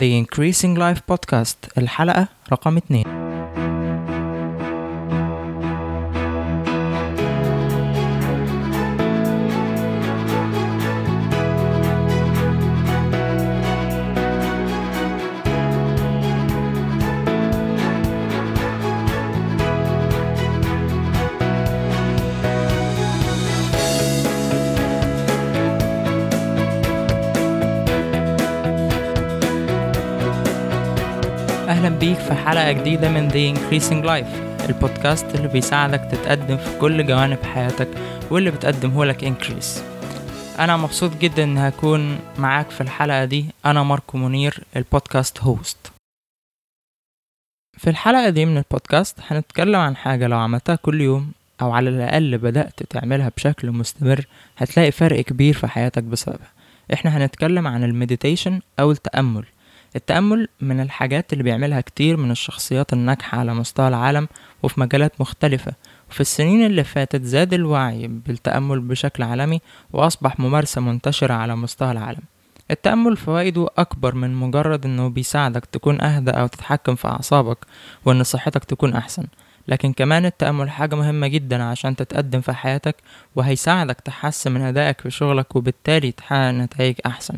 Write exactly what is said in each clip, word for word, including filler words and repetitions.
The Increasing Life Podcast الحلقة رقم اتنين. أهلا بيك في حلقة جديدة من The Increasing Life، البودكاست اللي بيساعدك تتقدم في كل جوانب حياتك واللي بتقدمه لك Increase. أنا مبسوط جدا إن هكون معاك في الحلقة دي. أنا ماركو منير، البودكاست هوست. في الحلقة دي من البودكاست هنتكلم عن حاجة لو عملتها كل يوم أو على الأقل بدأت تعملها بشكل مستمر هتلاقي فرق كبير في حياتك بسببها. إحنا هنتكلم عن المديتيشن أو التأمل. التأمل من الحاجات اللي بيعملها كتير من الشخصيات الناجحة على مستوى العالم وفي مجالات مختلفة، وفي السنين اللي فاتت زاد الوعي بالتأمل بشكل عالمي وأصبح ممارسة منتشرة على مستوى العالم. التأمل فوائده أكبر من مجرد أنه بيساعدك تكون أهدى أو تتحكم في أعصابك وأن صحتك تكون أحسن، لكن كمان التأمل حاجة مهمة جدا عشان تتقدم في حياتك، وهيساعدك تحسن من أدائك في شغلك وبالتالي تحقق نتائج أحسن.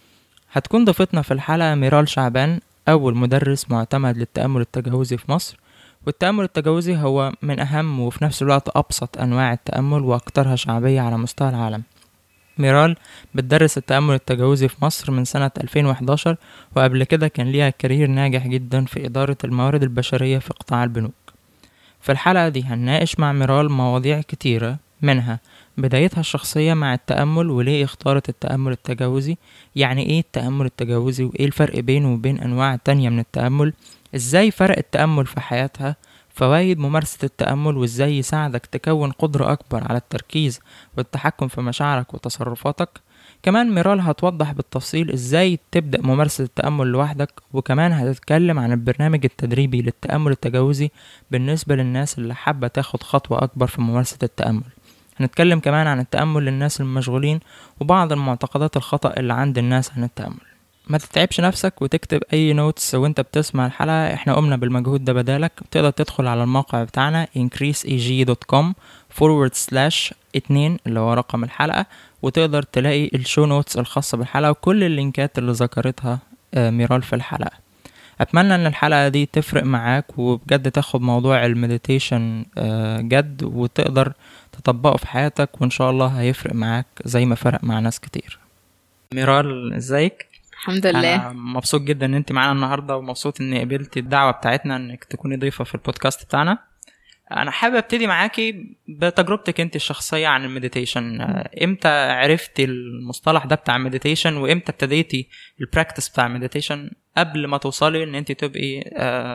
هتكون ضيفتنا في الحلقة ميرال شعبان، أول مدرس معتمد للتأمل التجاوزي في مصر. والتأمل التجاوزي هو من أهم وفي نفس الوقت أبسط أنواع التأمل وأكثرها شعبية على مستوى العالم. ميرال بتدرس التأمل التجاوزي في مصر من سنة ألفين وإحداشر، وقبل كده كان ليها كارير ناجح جدا في إدارة الموارد البشرية في قطاع البنوك. في الحلقة دي هنناقش مع ميرال مواضيع كتيرة، منها بدايتها الشخصية مع التأمل وليه اختارت التأمل التجاوزي، يعني ايه التأمل التجاوزي وايه الفرق بينه وبين انواع تانية من التأمل، ازاي فرق التأمل في حياتها، فوائد ممارسة التأمل وازاي يساعدك تكون قدرة اكبر على التركيز والتحكم في مشاعرك وتصرفاتك. كمان ميرال هتوضح بالتفصيل ازاي تبدأ ممارسة التأمل لوحدك، وكمان هتتكلم عن البرنامج التدريبي للتأمل التجاوزي بالنسبة للناس اللي حابة تاخد خطوة اكبر في ممارسة التأمل. هنتكلم كمان عن التأمل للناس المشغولين وبعض المعتقدات الخطأ اللي عند الناس عن التأمل. ما تتعبش نفسك وتكتب اي نوتس وانت بتسمع الحلقة، احنا قمنا بالمجهود ده بدالك. تقدر تدخل على الموقع بتاعنا increase e g dot com forward slash اتنين اللي هو رقم الحلقة، وتقدر تلاقي الشو نوتس الخاصة بالحلقة وكل اللينكات اللي ذكرتها ميرال في الحلقة. اتمنى ان الحلقة دي تفرق معاك وبجد تاخد موضوع المديتيشن جد وتقدر تطبقه في حياتك، وان شاء الله هيفرق معاك زي ما فرق مع ناس كتير. ميرال ازيك؟ الحمد لله. انا مبسوط جدا ان انت معانا النهارده، ومبسوط اني قبلت الدعوه بتاعتنا انك تكوني ضيفه في البودكاست بتاعنا. انا حابب ابتدي معاكي بتجربتك انت الشخصيه عن المديتيشن. امتى عرفتي المصطلح ده بتاع المديتيشن، وامتى ابتديتي البراكتس بتاع المديتيشن قبل ما توصلي ان انت تبقي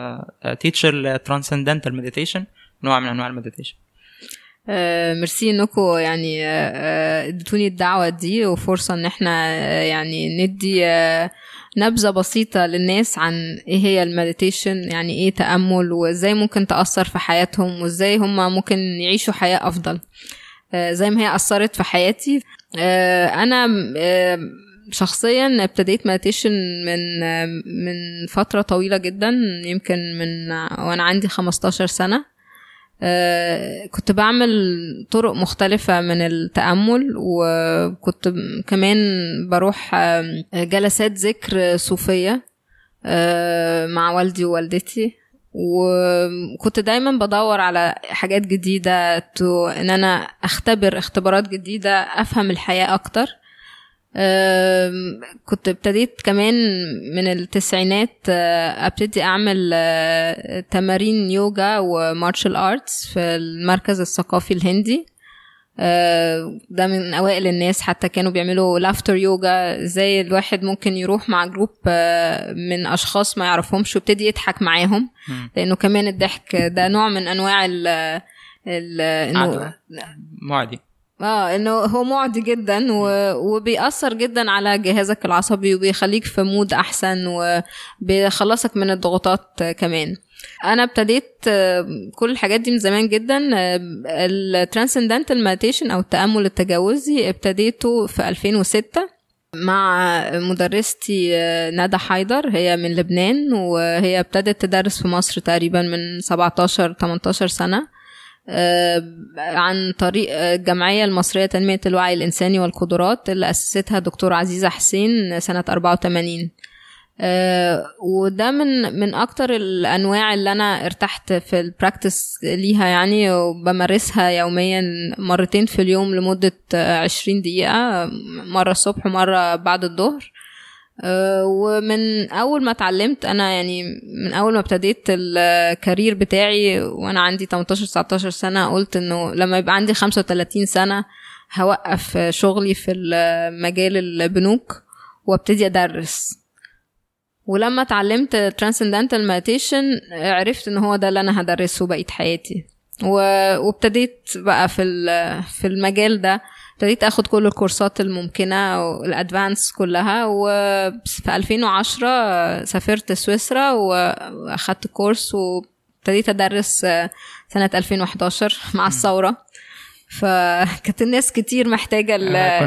تيتشر ترانسندنتال مديتيشن، نوع من انواع المديتيشن؟ آه، ميرسي انكم يعني اديتوني آه الدعوه دي وفرصه ان احنا آه يعني ندي آه نبذه بسيطه للناس عن ايه هي المديتيشن، يعني ايه تأمل، وازاي ممكن تأثر في حياتهم، وازاي هم ممكن يعيشوا حياه افضل آه زي ما هي اثرت في حياتي. آه انا آه شخصيا ابتديت مديتيشن من آه من فتره طويله جدا، يمكن من آه وانا عندي خمستاشر سنه. Uh, كنت بعمل طرق مختلفة من التأمل، وكنت كمان بروح uh, جلسات ذكر صوفية uh, مع والدي ووالدتي، وكنت دايما بدور على حاجات جديدة تو ان انا اختبر اختبارات جديدة افهم الحياة اكتر. كنت ابتديت كمان من التسعينات ابتدي اعمل تمارين يوجا ومارشال ارتس في المركز الثقافي الهندي. ده من اوائل الناس حتى كانوا بيعملوا لافتر يوجا، زي الواحد ممكن يروح مع جروب من اشخاص ما يعرفهمش ويبتدي يضحك معاهم، لانه كمان الضحك ده نوع من انواع ال ال معدي اه انه هو معدي جدا وبيأثر جدا على جهازك العصبي وبيخليك في مود احسن وبيخلصك من الضغوطات كمان. انا ابتديت كل الحاجات دي من زمان جدا. الترانسندنتال مديتيشن او التأمل التجاوزي ابتديته في ألفين وستة. مع مدرستي ندى حيدر، هي من لبنان وهي ابتدت تدرس في مصر تقريبا من سبعتاشر تمنتاشر سنة عن طريق الجمعية المصرية تنمية الوعي الإنساني والقدرات اللي أسستها دكتور عزيزة حسين سنة أربعة وثمانين. Uh, وده من من اكتر الانواع اللي انا ارتحت في البراكتس ليها يعني، وبمارسها يوميا مرتين في اليوم لمدة عشرين دقيقة، مرة الصبح ومرة بعد الظهر. uh, ومن اول ما اتعلمت انا يعني من اول ما ابتديت الكارير بتاعي وانا عندي تمنتاشر تسعتاشر سنة، قلت انه لما يبقى عندي خمسة وثلاثين سنة هوقف شغلي في مجال البنوك وابتدي ادرس. ولما اتعلمت Transcendental Meditation عرفت ان هو ده اللي انا هدرسه بقية حياتي، وابتديت بقى في في المجال ده، ابتديت اخد كل الكورسات الممكنة والادفانس كلها. وفي ألفين وعشرة سافرت سويسرا واخدت كورس وابتديت ادرس سنة ألفين وحداشر مع الثورة. فكانت الناس كتير محتاجة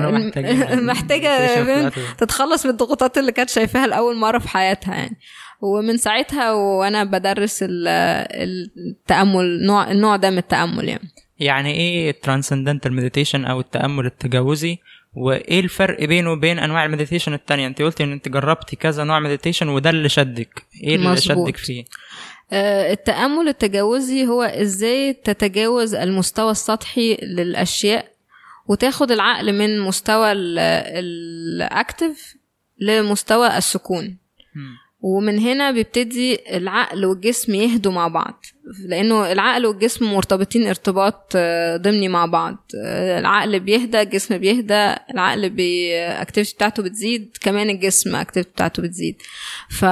محتاجة تتخلص من الضغوطات اللي كانت شايفاها لأول مرة في حياتها يعني. ومن ساعتها وأنا بدرس التأمل، نوع النوع ده من التأمل يعني. يعني إيه Transcendental Meditation أو التأمل التجاوزي، وإيه الفرق بينه وبين أنواع المديتيشن التانية؟ أنت قلتي إن أنت جربتي كذا نوع مديتيشن وده اللي شدك، إيه اللي مزبوط. شدك فيه؟ التأمل التجاوزي هو إزاي تتجاوز المستوى السطحي للأشياء وتاخد العقل من مستوى الأكتف لمستوى السكون. ومن هنا بيبتدي العقل والجسم يهدوا مع بعض، لأنه العقل والجسم مرتبطين ارتباط ضمني مع بعض. العقل بيهدى، الجسم بيهدى، العقل بأكتيفيتي بتاعته بتزيد، كمان الجسم أكتيفيتي بتاعته بتزيد. ف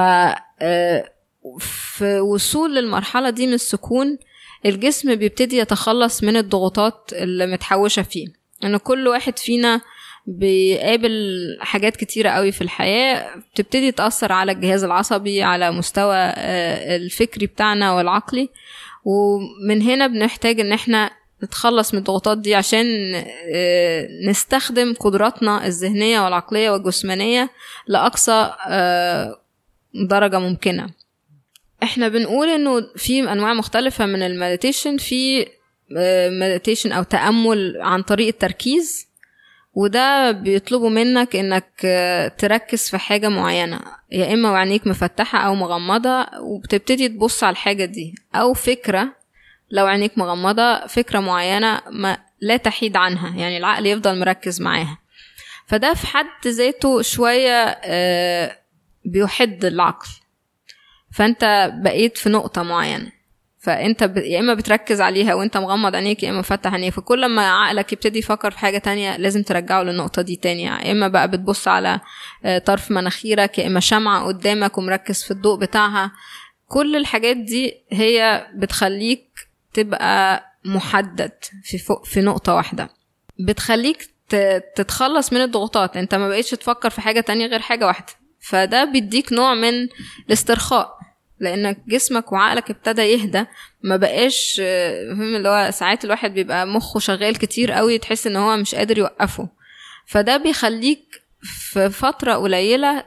في وصول للمرحلة دي من السكون الجسم بيبتدي يتخلص من الضغوطات اللي متحوشة فيه. أن كل واحد فينا بيقابل حاجات كتيرة قوي في الحياة بتبتدي تأثر على الجهاز العصبي، على مستوى الفكري بتاعنا والعقلي. ومن هنا بنحتاج ان احنا نتخلص من الضغوطات دي عشان نستخدم قدراتنا الذهنية والعقلية والجسمانية لأقصى درجة ممكنة. احنا بنقول انه في انواع مختلفة من المديتيشن، في مديتيشن او تأمل عن طريق التركيز، وده بيطلبوا منك انك تركز في حاجة معينة، يا اما وعينيك مفتحة او مغمضة، وبتبتدي تبص على الحاجة دي، او فكرة لو عينيك مغمضة فكرة معينة ما لا تحيد عنها، يعني العقل يفضل مركز معاها. فده في حد ذاته شوية بيحد العقل، فانت بقيت في نقطة معينة، فانت ب... يا اما بتركز عليها وانت مغمض عينيك، يا اما فتح عينيك. فكل ما عقلك يبتدي يفكر في حاجة تانية لازم ترجعه للنقطة دي تاني، يا اما بقى بتبص على طرف مناخيرك، يا اما شمعة قدامك ومركز في الضوء بتاعها. كل الحاجات دي هي بتخليك تبقى محدد في فوق في نقطة واحدة، بتخليك تتخلص من الضغوطات. انت ما بقيتش تفكر في حاجة تانية غير حاجة واحدة، فده بيديك نوع من الاسترخاء، لانك جسمك وعقلك ابتدى يهدى. ما بقاش فهم اللي هو ساعات الواحد بيبقى مخه شغال كتير قوي تحس ان هو مش قادر يوقفه، فده بيخليك في فترة قليلة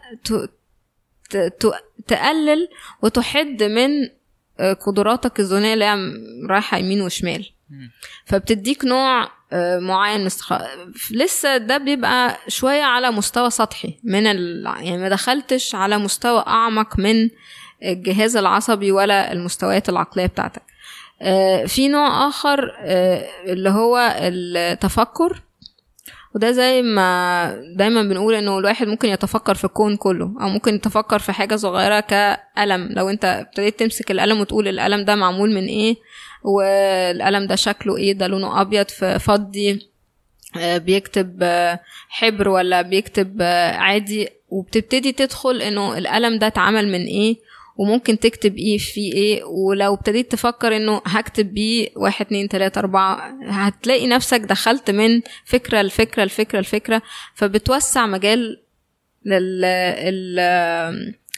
تقلل وتحد من قدراتك الذهنية اللي رايحة يمين وشمال، فبتديك نوع معين من استرخاء. لسه ده بيبقى شوية على مستوى سطحي من ال... يعني ما دخلتش على مستوى أعمق من الجهاز العصبي ولا المستويات العقلية بتاعتك. في نوع آخر اللي هو التفكر، وده زي ما دايما بنقول انه الواحد ممكن يتفكر في الكون كله، او ممكن يتفكر في حاجة صغيرة كألم. لو انت ابتديت تمسك الألم وتقول الألم ده معمول من ايه، والألم ده شكله ايه، ده لونه أبيض فضي، بيكتب حبر ولا بيكتب عادي، وبتبتدي تدخل انه الألم ده اتعمل من ايه وممكن تكتب ايه في ايه. ولو ابتديت تفكر انه هكتب بيه واحد اتنين تلاتة اربعة، هتلاقي نفسك دخلت من فكرة لفكرة لفكرة لفكرة، فبتوسع مجال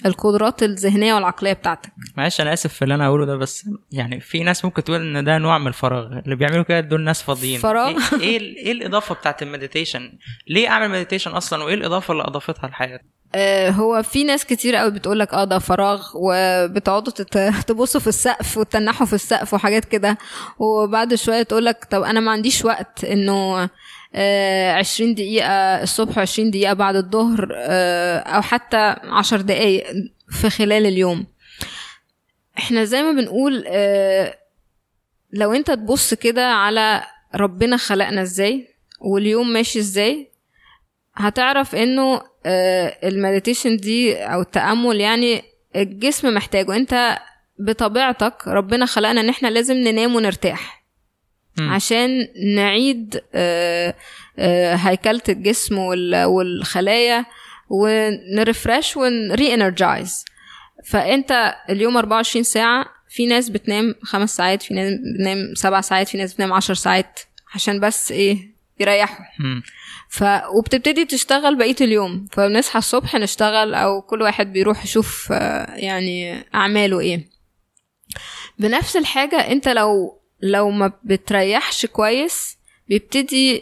القدرات الذهنيه والعقليه بتاعتك. معلش انا اسف في اللي انا اقوله ده، بس يعني في ناس ممكن تقول ان ده نوع من الفراغ، اللي بيعملوا كده دول ناس فاضيين. فراغ. ايه ايه, ايه الاضافه بتاعه المديتيشن؟ ليه اعمل مديتيشن اصلا، وايه الاضافه اللي اضافتها للحياه؟ آه هو في ناس كتير قوي بتقولك اه ده فراغ، وبتقعدوا تبصوا في السقف وتنحوا في السقف وحاجات كده، وبعد شويه تقولك طب انا ما عنديش وقت انه آه عشرين دقيقه الصبح وعشرين دقيقه بعد الظهر، آه او حتى عشر دقايق في خلال اليوم. احنا زي ما بنقول آه لو انت تبص كده على ربنا خلقنا ازاي واليوم ماشي ازاي، هتعرف انه آه المديتيشن دي او التأمل يعني الجسم محتاجه. انت بطبيعتك ربنا خلقنا ان احنا لازم ننام ونرتاح م. عشان نعيد آه آه هيكلة الجسم والخلايا ونرفرش ونري انرجايز. فانت اليوم أربعة وعشرين ساعة، في ناس بتنام خمس ساعات، في ناس بتنام سبع ساعات، في ناس بتنام عشر ساعات عشان بس ايه يريحوا. ف وبتبتدي تشتغل بقية اليوم، فبنصحى الصبح نشتغل او كل واحد بيروح يشوف يعني اعماله ايه. بنفس الحاجة انت لو لو ما بتريحش كويس بيبتدي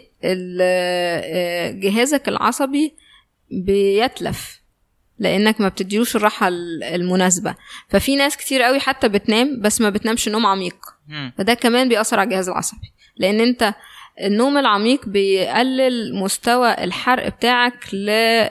جهازك العصبي بيتلف لانك ما بتديلوش الراحة المناسبة. ففي ناس كتير قوي حتى بتنام بس ما بتنامش نوم عميق، فده كمان بيأثر على الجهاز العصبي، لان انت النوم العميق بيقلل مستوى الحرق بتاعك ل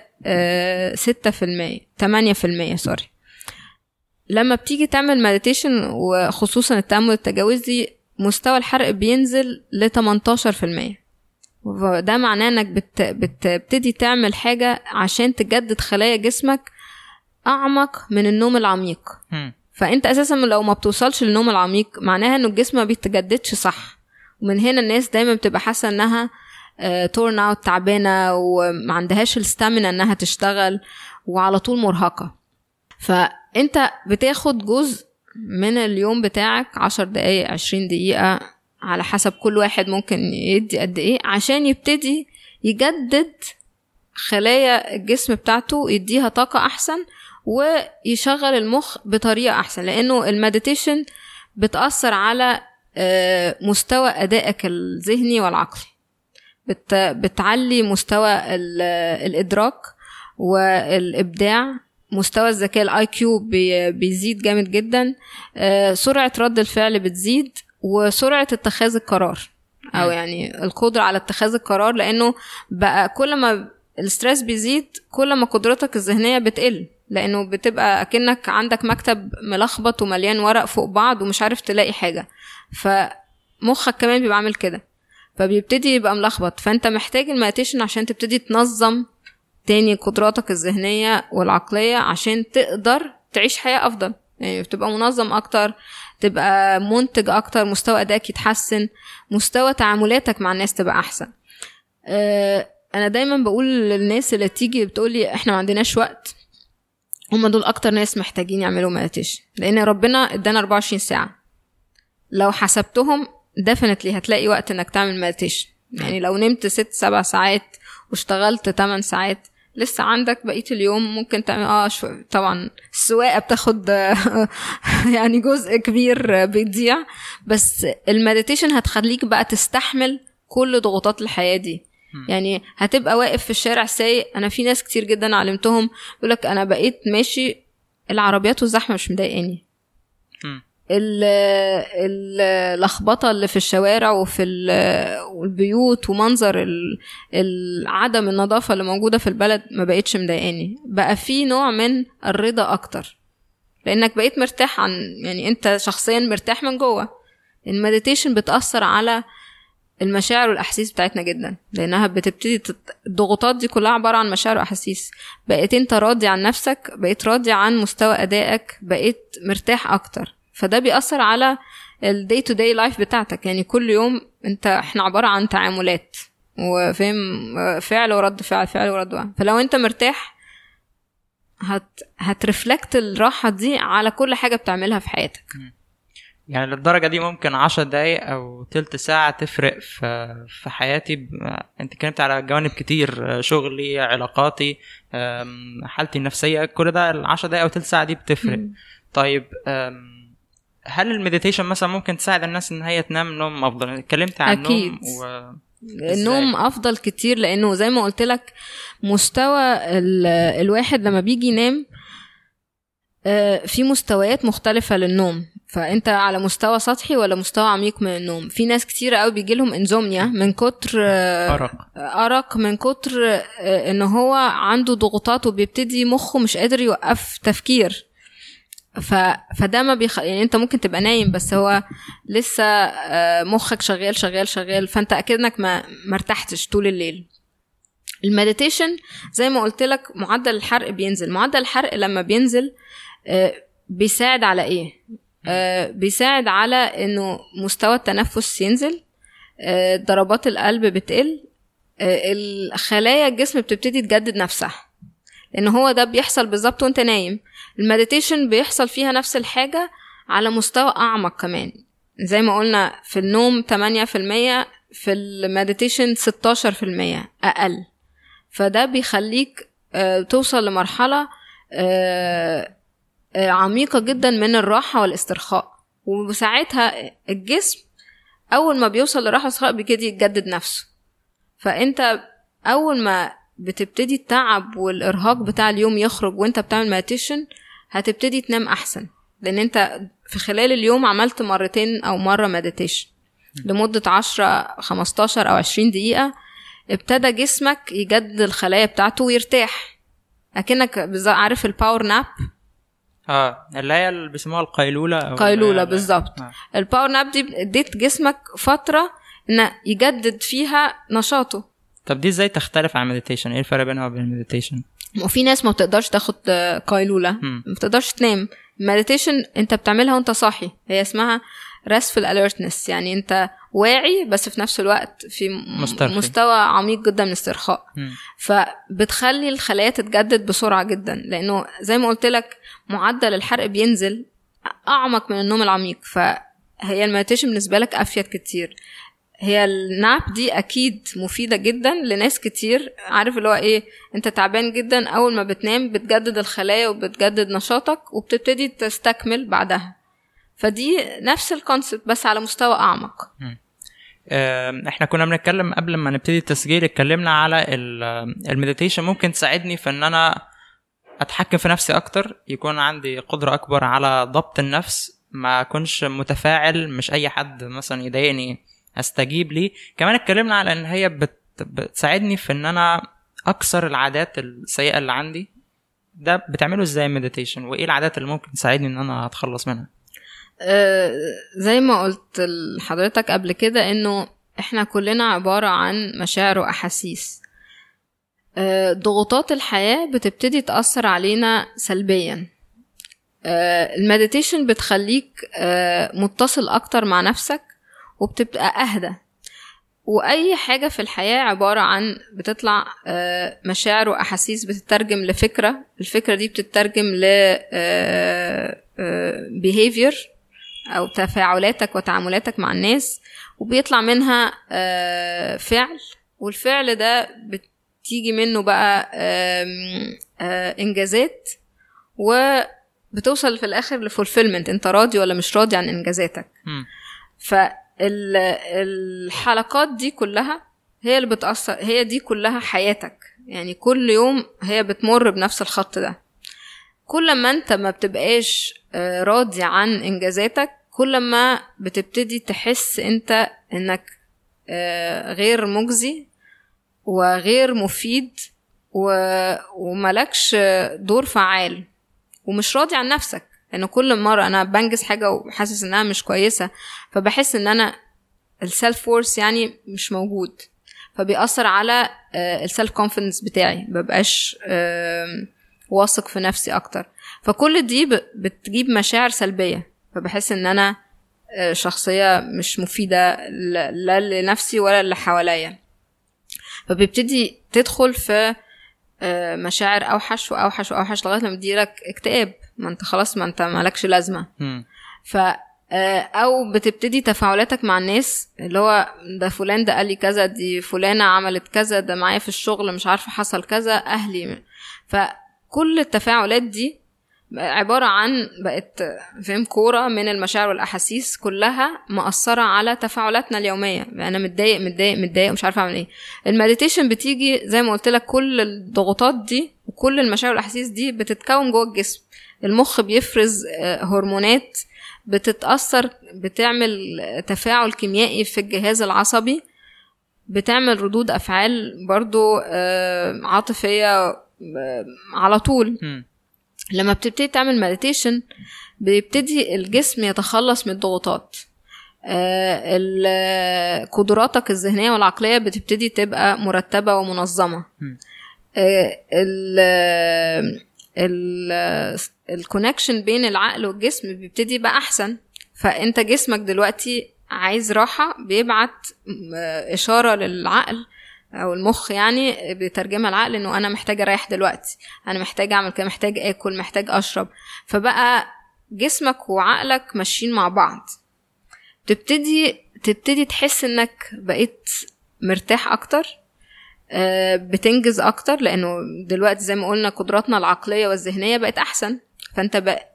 ستة في المية تمانية في المية سوري. لما بتيجي تعمل مديتيشن وخصوصا التأمل التجاوزي مستوى الحرق بينزل ل تمنتاشر في المية. وده معناه انك بت... بتبتدي تعمل حاجة عشان تجدد خلايا جسمك اعمق من النوم العميق. م. فانت اساسا لو ما بتوصلش للنوم العميق معناها انه الجسم ما بيتجددش صح، ومن هنا الناس دايما بتبقى حاسة انها تورن اوت تعبانة وما عندهاش الستامينا انها تشتغل وعلى طول مرهقة. فانت بتاخد جزء من اليوم بتاعك عشر دقايق عشرين دقيقة على حسب كل واحد ممكن يدي قد ايه عشان يبتدي يجدد خلايا الجسم بتاعته، يديها طاقة احسن ويشغل المخ بطريقة احسن. لانه المديتيشن بتأثر على مستوى ادائك الذهني والعقلي، بت بتعلي مستوى الادراك والابداع، مستوى الذكاء الاي كيو بيزيد جامد جدا، سرعة رد الفعل بتزيد، وسرعة اتخاذ القرار او يعني القدرة على اتخاذ القرار. لانه بقى كل ما الستريس بيزيد كل ما قدرتك الذهنية بتقل، لانه بتبقى اكنك عندك مكتب ملخبط ومليان ورق فوق بعض ومش عارف تلاقي حاجة، فمخك كمان بيبقى عامل كده فبيبتدي يبقى ملخبط. فانت محتاج المديتيشن عشان تبتدي تنظم تاني قدراتك الذهنية والعقلية عشان تقدر تعيش حياة افضل، يعني بتبقى منظم اكتر، تبقى منتج اكتر، مستوى ادائك يتحسن، مستوى تعاملاتك مع الناس تبقى احسن. أه انا دايما بقول للناس اللي تيجي بتقولي احنا ما عندناش وقت، هم دول اكتر ناس محتاجين يعملوا مديتيشن، لان ربنا ادانا أربعة وعشرين ساعة. لو حسبتهم ديفينتلي هتلاقي وقت انك تعمل مديتيشن. يعني لو نمت ست سبع ساعات واشتغلت تمن ساعات لسه عندك بقية اليوم ممكن تعمل اه شو... طبعا السواقة بتاخد يعني جزء كبير بيضيع، بس المديتيشن هتخليك بقى تستحمل كل ضغوطات الحياة دي. يعني هتبقى واقف في الشارع سايق. انا في ناس كتير جدا علمتهم يقولك انا بقيت ماشي العربيات والزحمة مش مضايقاني، اللخبطه اللي في الشوارع وفي البيوت ومنظر عدم النظافه اللي موجوده في البلد ما بقتش مضايقاني. بقى في نوع من الرضا اكتر لانك بقيت مرتاح عن يعني انت شخصيا مرتاح من جوه. المديتيشن بتاثر على المشاعر والاحاسيس بتاعتنا جدا، لانها بتبتدي تت... الضغوطات دي كلها عباره عن مشاعر واحاسيس. بقيت انت راضي عن نفسك، بقيت راضي عن مستوى ادائك، بقيت مرتاح اكتر، فده بيأثر على ال day to day life بتاعتك. يعني كل يوم انت احنا عبارة عن تعاملات وفهم فعل ورد فعل فعل ورد فعل. فلو انت مرتاح هت هترفلكت الراحة دي على كل حاجة بتعملها في حياتك. يعني للدرجة دي ممكن عشر دقايق أو تلت ساعة تفرق في في حياتي ب... أنت كلمت على جوانب كتير، شغلي، علاقاتي، حالتي النفسية، كل ده العشر دقايق أو تلت ساعة دي بتفرق. م. طيب هل المديتيشن مثلا ممكن تساعد الناس إن هي تنام نوم أفضل؟ اتكلمت عن أكيد. النوم و... النوم أفضل كتير، لأنه زي ما قلت لك مستوى ال... الواحد لما بيجي ينام في مستويات مختلفة للنوم. فانت على مستوى سطحي ولا مستوى عميق من النوم. في ناس كتير قوي بيجي لهم انزومنيا من كتر أرق. أرق من كتر ان هو عنده ضغوطات وبيبتدي مخه مش قادر يوقف تفكير. ف... فده ما بيخ... يعني انت ممكن تبقى نايم بس هو لسه مخك شغال شغال شغال، فانت اكنك ما مرتحتش طول الليل. المديتيشن زي ما قلت لك معدل الحرق بينزل. معدل الحرق لما بينزل بيساعد على ايه؟ آه بيساعد على انه مستوى التنفس ينزل، آه ضربات القلب بتقل، آه الخلايا الجسم بتبتدي تجدد نفسها، لان هو ده بيحصل بالظبط وانت نايم. المديتيشن بيحصل فيها نفس الحاجة على مستوى اعمق كمان. زي ما قلنا في النوم ثمانية في المية، في المديتيشن ستاشر في المية اقل. فده بيخليك آه توصل لمرحلة آه عميقة جدا من الراحة والاسترخاء. وساعتها الجسم أول ما بيوصل لراحة واسترخاء بيبتدي يتجدد نفسه. فأنت أول ما بتبتدي التعب والإرهاق بتاع اليوم يخرج وانت بتعمل مديتيشن هتبتدي تنام أحسن، لأن انت في خلال اليوم عملت مرتين أو مرة مديتيشن لمدة عشرة خمستاشر أو عشرين دقيقة. ابتدى جسمك يجدد الخلايا بتاعته ويرتاح، أكنك عارف الباور ناب. اه اللي هي اللي بيسموها القيلولة أو قيلولة بالظبط. آه. الباور ناب دي اديت جسمك فترة إن يجدد فيها نشاطه. طب دي ازاي تختلف عن المديتيشن؟ ايه الفرق بينها وبين المديتيشن؟ وفي ناس ما بتقدرش تاخد قيلولة، ما بتقدرش تنام. المديتيشن انت بتعملها وانت صاحي، هي اسمها restful alertness، يعني انت واعي بس في نفس الوقت في مسترخي. مستوى عميق جدا من الاسترخاء. فبتخلي الخلايا تتجدد بسرعة جدا، لانه زي ما قلت لك معدل الحرق بينزل اعمق من النوم العميق. فهي المديتيشن بالنسبة لك افيد كتير. هي الناب دي اكيد مفيدة جدا لناس كتير. عارف اللي هو ايه، انت تعبان جدا، اول ما بتنام بتجدد الخلايا وبتجدد نشاطك وبتبتدي تستكمل بعدها. فدي نفس الكونسبت بس على مستوى اعمق. احنا كنا بنتكلم قبل ما نبتدي التسجيل، اتكلمنا على المديتيشن ممكن تساعدني في ان انا اتحكم في نفسي اكتر، يكون عندي قدرة اكبر على ضبط النفس، ما اكونش متفاعل، مش اي حد مثلا يضايقني استجيب لي. كمان اتكلمنا على ان هي بت... بتساعدني في ان انا اكسر العادات السيئة اللي عندي. ده بتعمله ازاي المديتيشن؟ وايه العادات اللي ممكن تساعدني ان انا اتخلص منها؟ أه زي ما قلت لحضرتك قبل كده انه احنا كلنا عبارة عن مشاعر واحاسيس. أه ضغوطات الحياة بتبتدي تأثر علينا سلبيا. أه المديتيشن بتخليك أه متصل اكتر مع نفسك وبتبقى اهدى. واي حاجة في الحياة عبارة عن بتطلع أه مشاعر واحاسيس بتترجم لفكرة، الفكرة دي بتترجم ل أه أه behavior او تفاعلاتك وتعاملاتك مع الناس، وبيطلع منها فعل، والفعل ده بتيجي منه بقى انجازات، وبتوصل في الاخر لفولفيلمنت، انت راضي ولا مش راضي عن انجازاتك. فالحلقات دي كلها هي اللي بتأثر، هي دي كلها حياتك، يعني كل يوم هي بتمر بنفس الخط ده. كل ما انت ما بتبقاش راضي عن انجازاتك، كل ما بتبتدي تحس انت انك غير مجزي وغير مفيد وملكش دور فعال، ومش راضي عن نفسك. لانه كل مرة انا بنجز حاجة وحاسس انها مش كويسة، فبحس ان انا السيلف فورس يعني مش موجود، فبيأثر على السيلف كونفيدنس بتاعي، مبقاش واثق في نفسي اكتر. فكل دي بتجيب مشاعر سلبية، فبحس ان انا شخصية مش مفيدة لا لنفسي ولا اللي حواليا، فبيبتدي تدخل في مشاعر اوحش واوحش واوحش لغاية لما تديلك اكتئاب. ما انت خلاص، ما انت مالكش لازمة. ف او بتبتدي تفاعلاتك مع الناس اللي هو ده فلان ده قال لي كذا، دي فلانة عملت كذا، ده معايا في الشغل مش عارفة حصل كذا، اهلي. فكل التفاعلات دي عبارة عن بقت فهم كورة من المشاعر والأحاسيس كلها مأثرة على تفاعلاتنا اليومية. أنا متضايق متضايق متضايق مش عارفة أعمل إيه. المديتيشن بتيجي زي ما قلت لك كل الضغوطات دي وكل المشاعر والأحاسيس دي بتتكون جوه الجسم. المخ بيفرز هرمونات بتتأثر، بتعمل تفاعل كيميائي في الجهاز العصبي، بتعمل ردود أفعال برضو عاطفية على طول. م. لما بتبتدي تعمل مديتيشن بيبتدي الجسم يتخلص من الضغوطات، آه قدراتك الذهنية والعقلية بتبتدي تبقى مرتبة ومنظمة. آه الكونكشن بين العقل والجسم بيبتدي بقى أحسن. فأنت جسمك دلوقتي عايز راحة، بيبعت إشارة للعقل او المخ، يعني بيترجمها العقل انه انا محتاج اريح دلوقتي، انا محتاج اعمل كده، محتاج اكل، محتاج اشرب. فبقى جسمك وعقلك ماشيين مع بعض. تبتدي تبتدي تحس انك بقيت مرتاح اكتر، بتنجز اكتر، لانه دلوقتي زي ما قلنا قدراتنا العقلية والذهنية بقت احسن. فانت بقى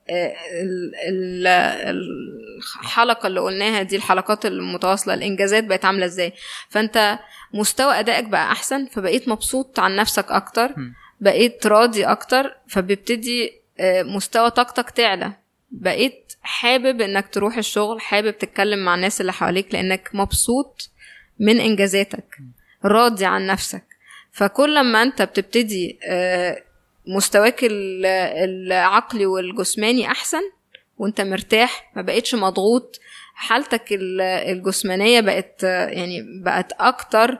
الحلقة اللي قلناها دي، الحلقات المتواصلة، الانجازات بقت عاملة ازاي، فانت مستوى أدائك بقى أحسن، فبقيت مبسوط عن نفسك أكتر، بقيت راضي أكتر، فبيبتدي مستوى طاقتك تعلى، بقيت حابب إنك تروح الشغل، حابب تتكلم مع الناس اللي حواليك لأنك مبسوط من إنجازاتك، راضي عن نفسك. فكل ما أنت بتبتدي مستواك العقلي والجسماني أحسن وأنت مرتاح، ما بقيتش مضغوط، حالتك الجسمانية بقت يعني بقت أكتر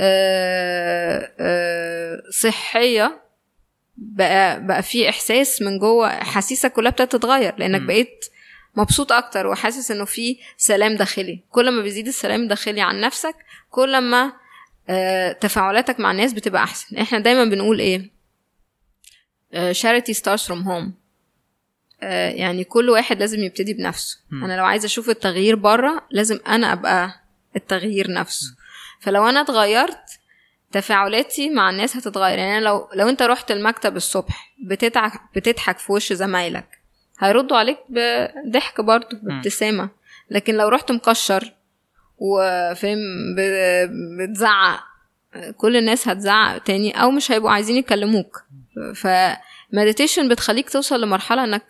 صحية، بقى بقى في إحساس من جوه، حاسيسك كلها بتتغير لأنك م. بقيت مبسوط أكتر وحاسس إنه في سلام داخلي. كل ما بيزيد السلام الداخلي عن نفسك كل ما تفاعلاتك مع الناس بتبقى أحسن. إحنا دايما بنقول إيه؟ charity starts from home. يعني كل واحد لازم يبتدي بنفسه. م. أنا لو عايزة أشوف التغيير برا لازم أنا أبقى التغيير نفسه. م. فلو أنا اتغيرت تفاعلاتي مع الناس هتتغير. يعني لو لو أنت رحت المكتب الصبح بتضحك بتضحك في وش زمايلك هيردوا عليك بضحك برضو، بابتسامة. لكن لو رحت مكشر وفهم بتزعق، كل الناس هتزعق تاني أو مش هيبقوا عايزين يكلموك. فمديتيشن بتخليك توصل لمرحلة أنك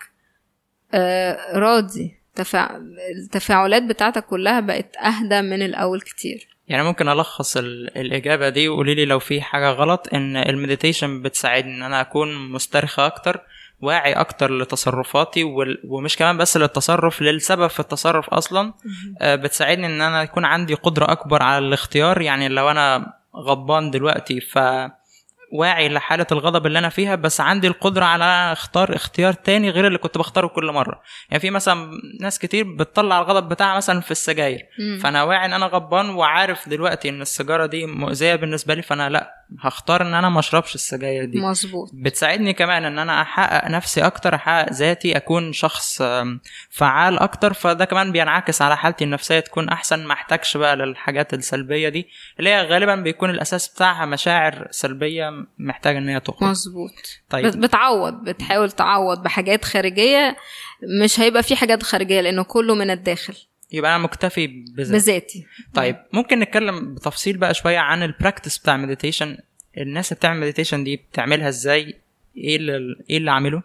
آه راضي، تفاع... التفاعلات بتاعتك كلها بقت أهدى من الأول كتير. يعني ممكن ألخص الإجابة دي وقولي لي لو في حاجة غلط. إن المديتيشن بتساعدني إن أنا أكون مسترخي أكتر، واعي أكتر لتصرفاتي، ومش كمان بس للتصرف، للسبب في التصرف أصلا. آه بتساعدني إن أنا يكون عندي قدرة أكبر على الاختيار. يعني لو أنا غضبان دلوقتي ف واعي لحالة الغضب اللي أنا فيها، بس عندي القدرة على اختار اختيار تاني غير اللي كنت بختاره كل مرة. يعني في مثلا ناس كتير بتطلع الغضب بتاعها مثلا في السجاير، م. فأنا واعي إن أنا غضبان وعارف دلوقتي إن السيجارة دي مؤذية بالنسبة لي، فأنا لأ هختار إن أنا ما أشربش السجاير دي. مظبوط. بتساعدني كمان إن أنا أحقق نفسي أكتر، أحقق ذاتي، أكون شخص فعال أكتر، فده كمان بينعكس على حالتي النفسية تكون أحسن. ما احتاجش بقى للحاجات السلبية دي اللي هي غالبا بيكون الأساس بتاعها مشاعر سلبية محتاجة ان هي تخرج. مظبوط. طيب بتعوض، بتحاول تعوض بحاجات خارجية، مش هيبقى في حاجات خارجية لانه كله من الداخل. يبقى انا مكتفي بذاتي. بذاتي. طيب ممكن نتكلم بتفصيل بقى شوية عن البراكتس بتاع مديتيشن. الناس اللي بتعمل مديتيشن دي بتعملها ازاي؟ ايه اللي ايه اللي عمله؟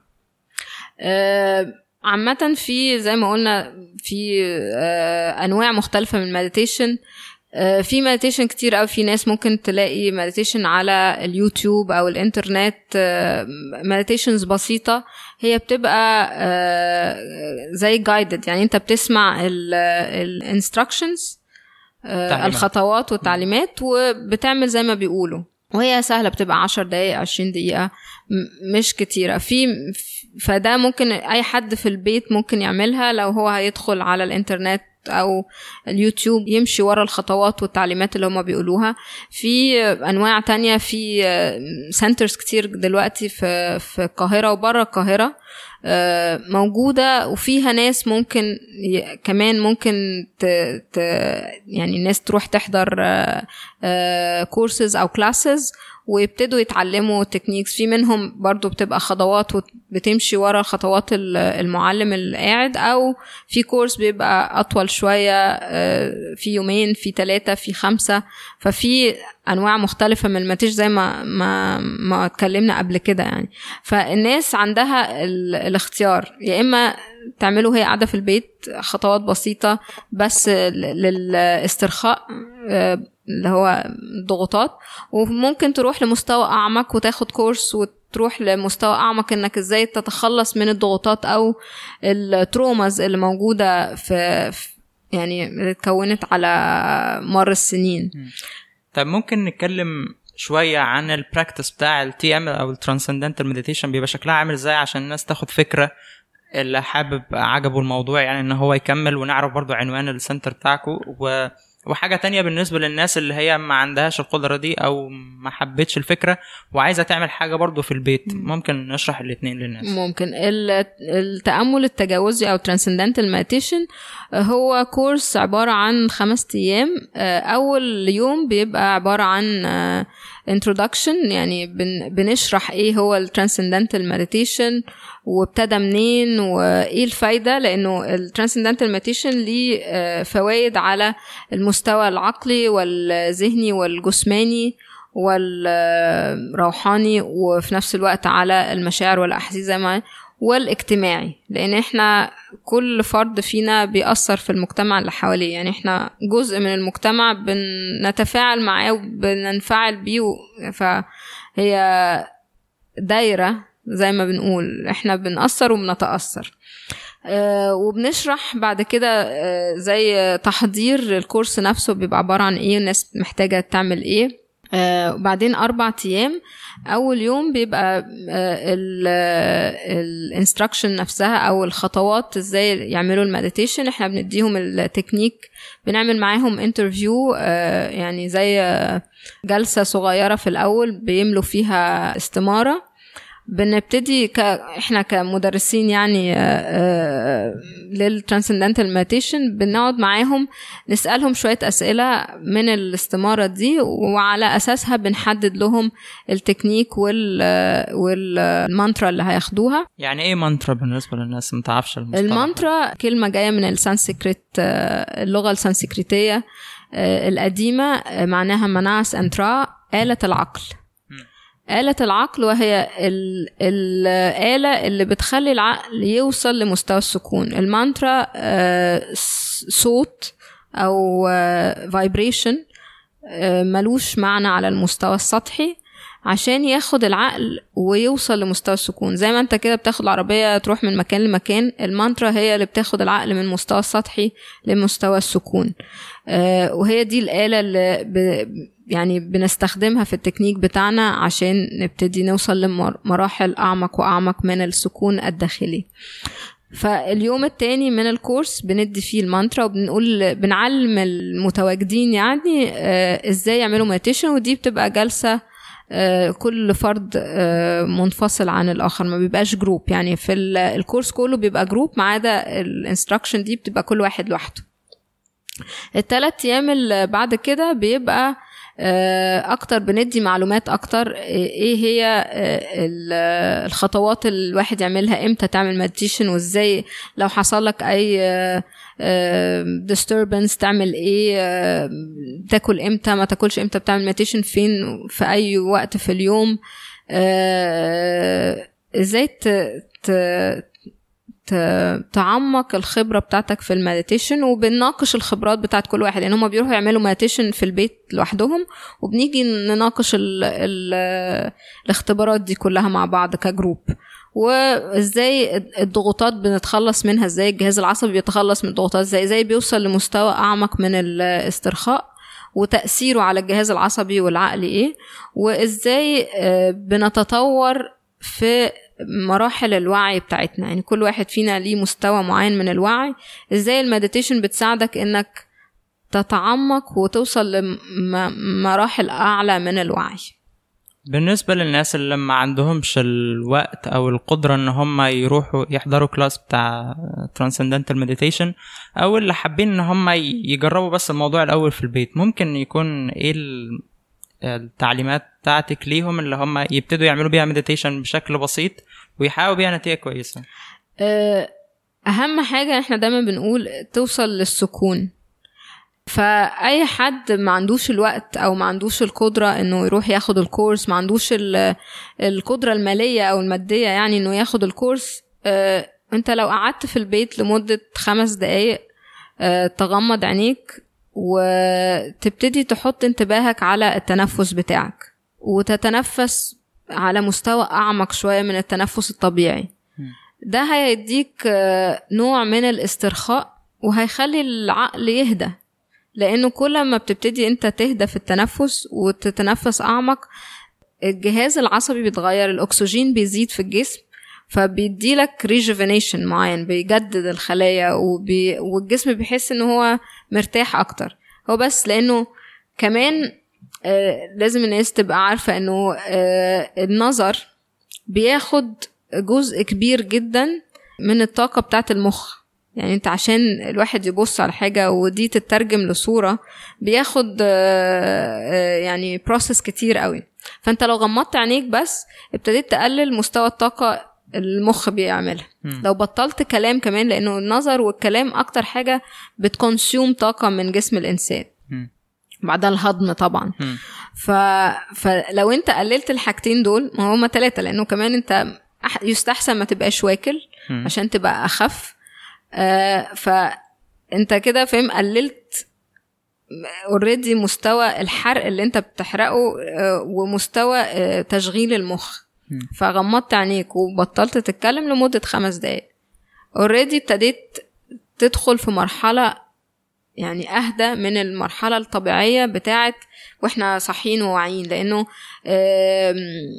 أه عامة في زي ما قلنا في أه انواع مختلفة من المديتيشن. في مديتيشن كتير قوي. في ناس ممكن تلاقي مديتيشن على اليوتيوب او الانترنت، مديتيشنز بسيطة هي بتبقى زي جايدد، يعني انت بتسمع الانستراكشنز، الخطوات والتعليمات، وبتعمل زي ما بيقولوا، وهي سهلة، بتبقى عشر دقايق عشرين دقيقة، مش كتيرة. في فده ممكن اي حد في البيت ممكن يعملها لو هو هيدخل على الانترنت او اليوتيوب يمشي ورا الخطوات والتعليمات اللي هما بيقولوها. في انواع تانية، في سنترز كتير دلوقتي في في القاهرة وبره القاهرة موجودة، وفيها ناس ممكن كمان ممكن ت ت يعني الناس تروح تحضر كورسز او كلاسز ويبتدوا يتعلموا تكنيكس. في منهم برضو بتبقى خطوات وبتمشي ورا خطوات المعلم اللي قاعد، او في كورس بيبقى اطول شوية، في يومين، في ثلاثة، في خمسة. ففي انواع مختلفة من الماتيش زي ما ما ما اتكلمنا قبل كده يعني. فالناس عندها الاختيار، يا اما تعمله هي قاعدة في البيت خطوات بسيطة بس للاسترخاء اللي هو الضغوطات، وممكن تروح لمستوى أعمق وتاخد كورس وتروح لمستوى أعمق إنك إزاي تتخلص من الضغوطات أو التروماز اللي موجودة في يعني اللي اتكونت على مر السنين. طيب ممكن نتكلم شوية عن البراكتس بتاع ال تي إم أو الترانسندنتال مديتيشن، بيبقى شكلها عامل إزاي عشان الناس تاخد فكرة، اللي حابب عجبه الموضوع يعني إن هو يكمل، ونعرف برضو عنوان السنتر بتاعكو. و وحاجة تانية بالنسبة للناس اللي هي ما عندهاش القدرة دي أو ما حبتش الفكرة وعايزة تعمل حاجة برضو في البيت، ممكن نشرح الاثنين للناس. ممكن. التأمل التجاوزي أو Transcendental Meditation هو كورس عبارة عن خمس أيام. أول يوم بيبقى عبارة عن introduction، يعني بنشرح إيه هو Transcendental Meditation وابتدى منين وايه الفايدة، لانه الترانسندنتال مديتيشن ليه فوائد على المستوى العقلي والذهني والجسماني والروحاني، وفي نفس الوقت على المشاعر والاحاسيس زي ما والاجتماعي، لان احنا كل فرد فينا بيأثر في المجتمع اللي حواليه. يعني احنا جزء من المجتمع، بنتفاعل معاه وبننفعل بيه، فهي دايرة زي ما بنقول، احنا بنأثر وبنتأثر. آه وبنشرح بعد كده آه زي تحضير الكورس نفسه بيبقى عبارة عن ايه، الناس محتاجة تعمل ايه. آه وبعدين أربع أيام. أول يوم بيبقى الانستراكشن نفسها أو الخطوات ازاي يعملوا المديتيشن. احنا بنديهم التكنيك، بنعمل معاهم انترفيو، آه يعني زي جلسة صغيرة في الأول بيملوا فيها استمارة. بنبتدي ك... احنا كمدرسين يعني للترانسندنتال مديتيشن بنقعد معاهم نسألهم شوية أسئلة من الاستمارة دي، وعلى أساسها بنحدد لهم التكنيك وال والمانترا اللي هياخدوها. يعني ايه مانترا بالنسبة للناس متعرفش المصطلح؟ المانترا كلمة جاية من السانسكريت، اللغة السانسكريتية القديمة، معناها مناس انترا، آلة العقل. آلة العقل، وهي الآلة اللي بتخلي العقل يوصل لمستوى السكون. المانترا صوت أو vibration ملوش معنى على المستوى السطحي، عشان ياخد العقل ويوصل لمستوى السكون. زي ما انت كده بتاخد العربية تروح من مكان لمكان، المانترا هي اللي بتاخد العقل من مستوى السطحي لمستوى السكون. وهي دي الآلة اللي ب يعني بنستخدمها في التكنيك بتاعنا عشان نبتدي نوصل لمراحل أعمق وأعمق من السكون الداخلي. فاليوم التاني من الكورس بندي فيه المانترا، وبنقول بنعلم المتواجدين يعني آه ازاي يعملوا مديتيشن. ودي بتبقى جلسة آه كل فرد آه منفصل عن الآخر، ما بيبقاش جروب. يعني في الكورس كله بيبقى جروب، ما عدا الانستراكشن دي بتبقى كل واحد لوحده. الثلاث ايام اللي بعد كده بيبقى اكتر بندي معلومات اكتر، ايه هي الخطوات اللي الواحد يعملها، امتى تعمل مديتيشن، وازاي لو حصل لك اي disturbance تعمل ايه، تاكل امتى ما تاكلش امتى، بتعمل مديتيشن فين في اي وقت في اليوم، ازاي تعمق الخبرة بتاعتك في المديتيشن. وبنناقش الخبرات بتاعت كل واحد، لان هم بيروحوا يعملوا مديتيشن في البيت لوحدهم، وبنيجي نناقش ال ال الاختبارات دي كلها مع بعض كجروب، وازاي الضغوطات بنتخلص منها، ازاي الجهاز العصبي بيتخلص من الضغوطات، ازاي ازاي بيوصل لمستوى اعمق من الاسترخاء، وتأثيره على الجهاز العصبي والعقل ايه، وازاي بنتطور في مراحل الوعي بتاعتنا. يعني كل واحد فينا ليه مستوى معين من الوعي. ازاي المديتيشن بتساعدك انك تتعمق وتوصل لمراحل اعلى من الوعي. بالنسبة للناس اللي ما عندهمش الوقت او القدرة ان هم يروحوا يحضروا كلاس بتاع Transcendental Meditation او اللي حابين ان هم يجربوا بس الموضوع الاول في البيت، ممكن يكون ايه التعليمات بتاعتك ليهم اللي هم يبتدوا يعملوا بيها مديتيشن بشكل بسيط ويحاولوا بيها نتيجة كويسة؟ اهم حاجة احنا دايما بنقول توصل للسكون. فأي حد ما عندوش الوقت أو ما عندوش القدرة إنه يروح ياخد الكورس، ما عندوش القدرة المالية أو المادية يعني إنه ياخد الكورس، اه أنت لو قعدت في البيت لمدة خمس دقايق اه تغمض عينيك وتبتدي تحط انتباهك على التنفس بتاعك وتتنفس على مستوى أعمق شوية من التنفس الطبيعي، ده هيديك اه نوع من الاسترخاء وهيخلي العقل يهدى. لأنه كل ما بتبتدي أنت تهدى في التنفس وتتنفس أعمق الجهاز العصبي بيتغير، الأكسجين بيزيد في الجسم فبيديلك ريجوفينيشن معين، بيجدد الخلايا وبي... والجسم بيحس أنه هو مرتاح أكتر. هو بس لأنه كمان آه لازم الناس تبقى عارفة أنه آه النظر بياخد جزء كبير جدا من الطاقة بتاعت المخ. يعني انت عشان الواحد يبص على حاجة ودي تترجم لصورة بياخد يعني بروسس كتير قوي. فانت لو غمضت عينيك بس ابتديت تقلل مستوى الطاقة المخ بيعملها. م. لو بطلت كلام كمان، لانه النظر والكلام اكتر حاجة بتكونسيوم طاقة من جسم الانسان بعدها الهضم طبعا. ف... فلو انت قللت الحاجتين دول، ما هما ثلاثة، لانه كمان انت يستحسن ما تبقاش واكل م. عشان تبقى اخف. آه فانت كده فهم قللت اوريدي مستوى الحرق اللي انت بتحرقه آه ومستوى آه تشغيل المخ. م. فغمضت عينيك وبطلت تتكلم لمدة خمس دقايق اوريدي ابتديت تدخل في مرحلة يعني اهدى من المرحلة الطبيعية بتاعت واحنا صحيين وواعيين. لانه آه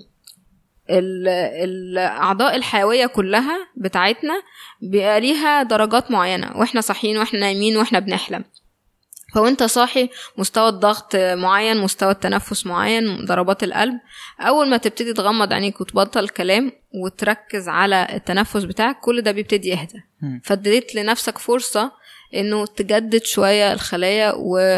الأعضاء الحيوية كلها بتاعتنا بيبقى ليها درجات معينة، واحنا صاحيين واحنا نايمين واحنا بنحلم. فوانت صاحي مستوى الضغط معين، مستوى التنفس معين، ضربات القلب. أول ما تبتدي تغمض عينيك وتبطل الكلام وتركز على التنفس بتاعك كل ده بيبتدي يهدى. فاديت لنفسك فرصة انه تجدد شوية الخلايا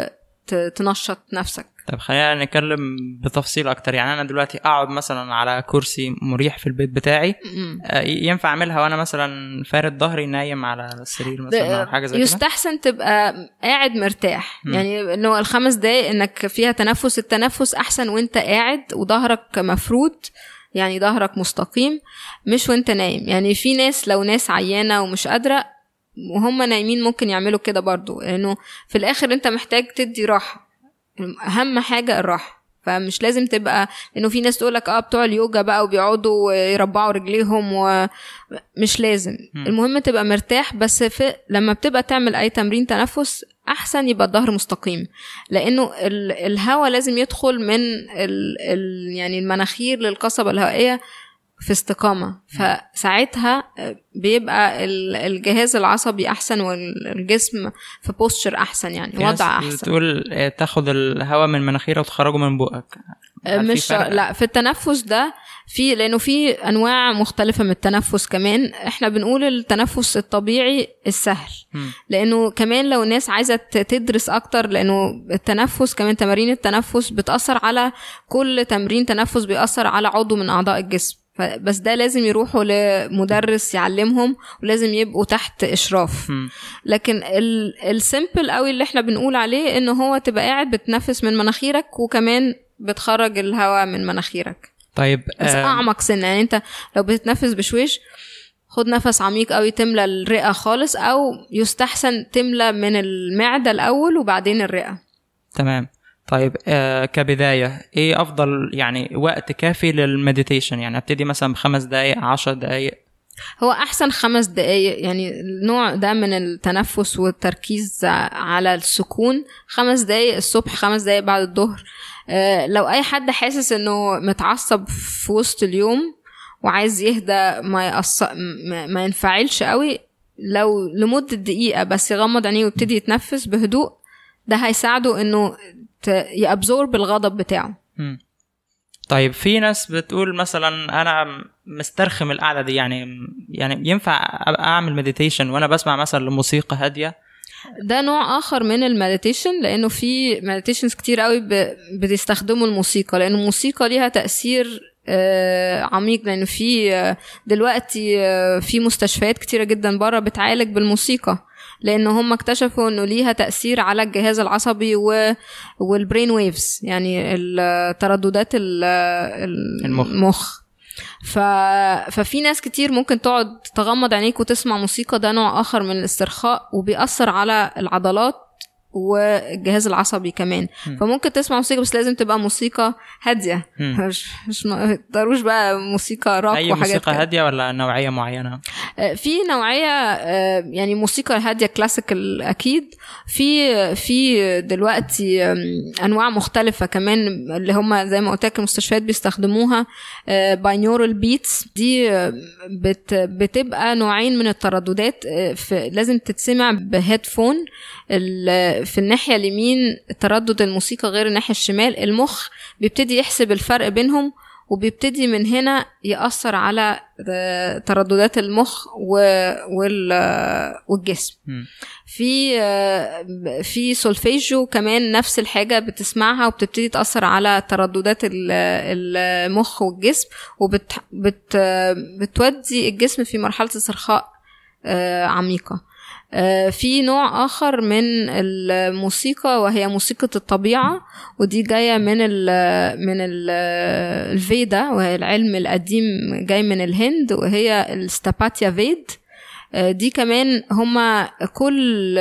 وتنشط نفسك. طب خلينا نتكلم بتفصيل اكتر. يعني انا دلوقتي اقعد مثلا على كرسي مريح في البيت بتاعي، ينفع اعملها وانا مثلا فارد ظهري نايم على السرير مثلا او حاجه زي كده؟ يستحسن تبقى قاعد مرتاح. م. يعني انه الخمس دقايق انك فيها تنفس، التنفس احسن وانت قاعد وظهرك مفرود، يعني ظهرك مستقيم، مش وانت نايم. يعني في ناس لو ناس عيانه ومش قادره وهم نايمين ممكن يعملوا كده برضو، لانه في الاخر انت محتاج تدي راحه. اهم حاجه الراحه. فمش لازم تبقى انه في ناس تقولك اه بتوع اليوجا بقى وبيقعدوا يربعوا رجليهم، ومش لازم. م. المهم تبقى مرتاح. بس في لما بتبقى تعمل اي تمرين تنفس احسن يبقى الظهر مستقيم، لانه الهواء لازم يدخل من ال ال يعني المناخير للقصبة الهوائية في استقامة. فساعتها بيبقى الجهاز العصبي أحسن والجسم في بوستشر أحسن، يعني وضع أحسن. تقول تاخد الهواء من مناخيرك وتخرجه من بقك؟ مش لا، في التنفس ده في، لأنه في أنواع مختلفة من التنفس كمان. احنا بنقول التنفس الطبيعي السهل، م. لأنه كمان لو الناس عايزة تدرس أكتر، لأنه التنفس كمان تمارين التنفس بتأثر على كل تمرين تنفس بيأثر على عضو من أعضاء الجسم. بس ده لازم يروحوا لمدرس يعلمهم ولازم يبقوا تحت إشراف. م. لكن السيمبل قوي اللي احنا بنقول عليه انه هو تبقى قاعد بتنفس من مناخيرك وكمان بتخرج الهواء من مناخيرك. طيب بس آه اعمق سنة. يعني انت لو بتتنفس بشويش خد نفس عميق قوي تملى الرئة خالص، او يستحسن تملى من المعدة الاول وبعدين الرئة. تمام. طيب آه كبداية ايه افضل يعني وقت كافي للمديتيشن؟ يعني ابتدي مثلا بخمس دقايق عشر دقايق؟ هو احسن خمس دقايق. يعني النوع ده من التنفس والتركيز على السكون خمس دقايق الصبح، خمس دقايق بعد الظهر. آه لو اي حد حاسس انه متعصب في وسط اليوم وعايز يهدى ما يقص... ما ينفعلش قوي، لو لمدة دقيقة بس يغمض عينيه ويبتدي يتنفس بهدوء، ده هيساعده انه يابزورب الغضب بتاعه. م. طيب في ناس بتقول مثلا انا مسترخم القعده دي، يعني يعني ينفع اعمل مديتيشن وانا بسمع مثلا لموسيقى هاديه؟ ده نوع اخر من المديتيشن، لانه في مديتيشنز كتير قوي بتستخدموا الموسيقى، لانه الموسيقى ليها تاثير عميق. لانه في دلوقتي في مستشفيات كتيره جدا بره بتعالج بالموسيقى، لانه هم اكتشفوا انه ليها تاثير على الجهاز العصبي والبرين ويفز، يعني الترددات المخ, المخ. ف... ففي ناس كتير ممكن تقعد تغمض عينيك وتسمع موسيقى، ده نوع آخر من الاسترخاء وبيأثر على العضلات والجهاز العصبي كمان. م. فممكن تسمع موسيقى بس لازم تبقى موسيقى هادية، مش مش ضروري بقى موسيقى راك أي وحاجات موسيقى هادية ولا نوعية معينة؟ في نوعية يعني موسيقى هادية كلاسيكال أكيد، في في دلوقتي أنواع مختلفة كمان اللي هم زي ما قلت لك المستشفيات بيستخدموها، باينورال بيتس دي بت بتبقى نوعين من الترددات، لازم تتسمع بهيدفون. في الناحية اليمين تردد الموسيقى غير الناحية الشمال، المخ بيبتدي يحسب الفرق بينهم وبيبتدي من هنا يأثر على ترددات المخ والجسم. في في سولفيجو كمان نفس الحاجة بتسمعها وبتبتدي تأثر على ترددات المخ والجسم وبتودي الجسم في مرحلة استرخاء عميقة. في نوع آخر من الموسيقى وهي موسيقى الطبيعة، ودي جاية من ال من ال الفيدا، وهي العلم القديم جاي من الهند، وهي الستاباتيا فيد. دي كمان هما كل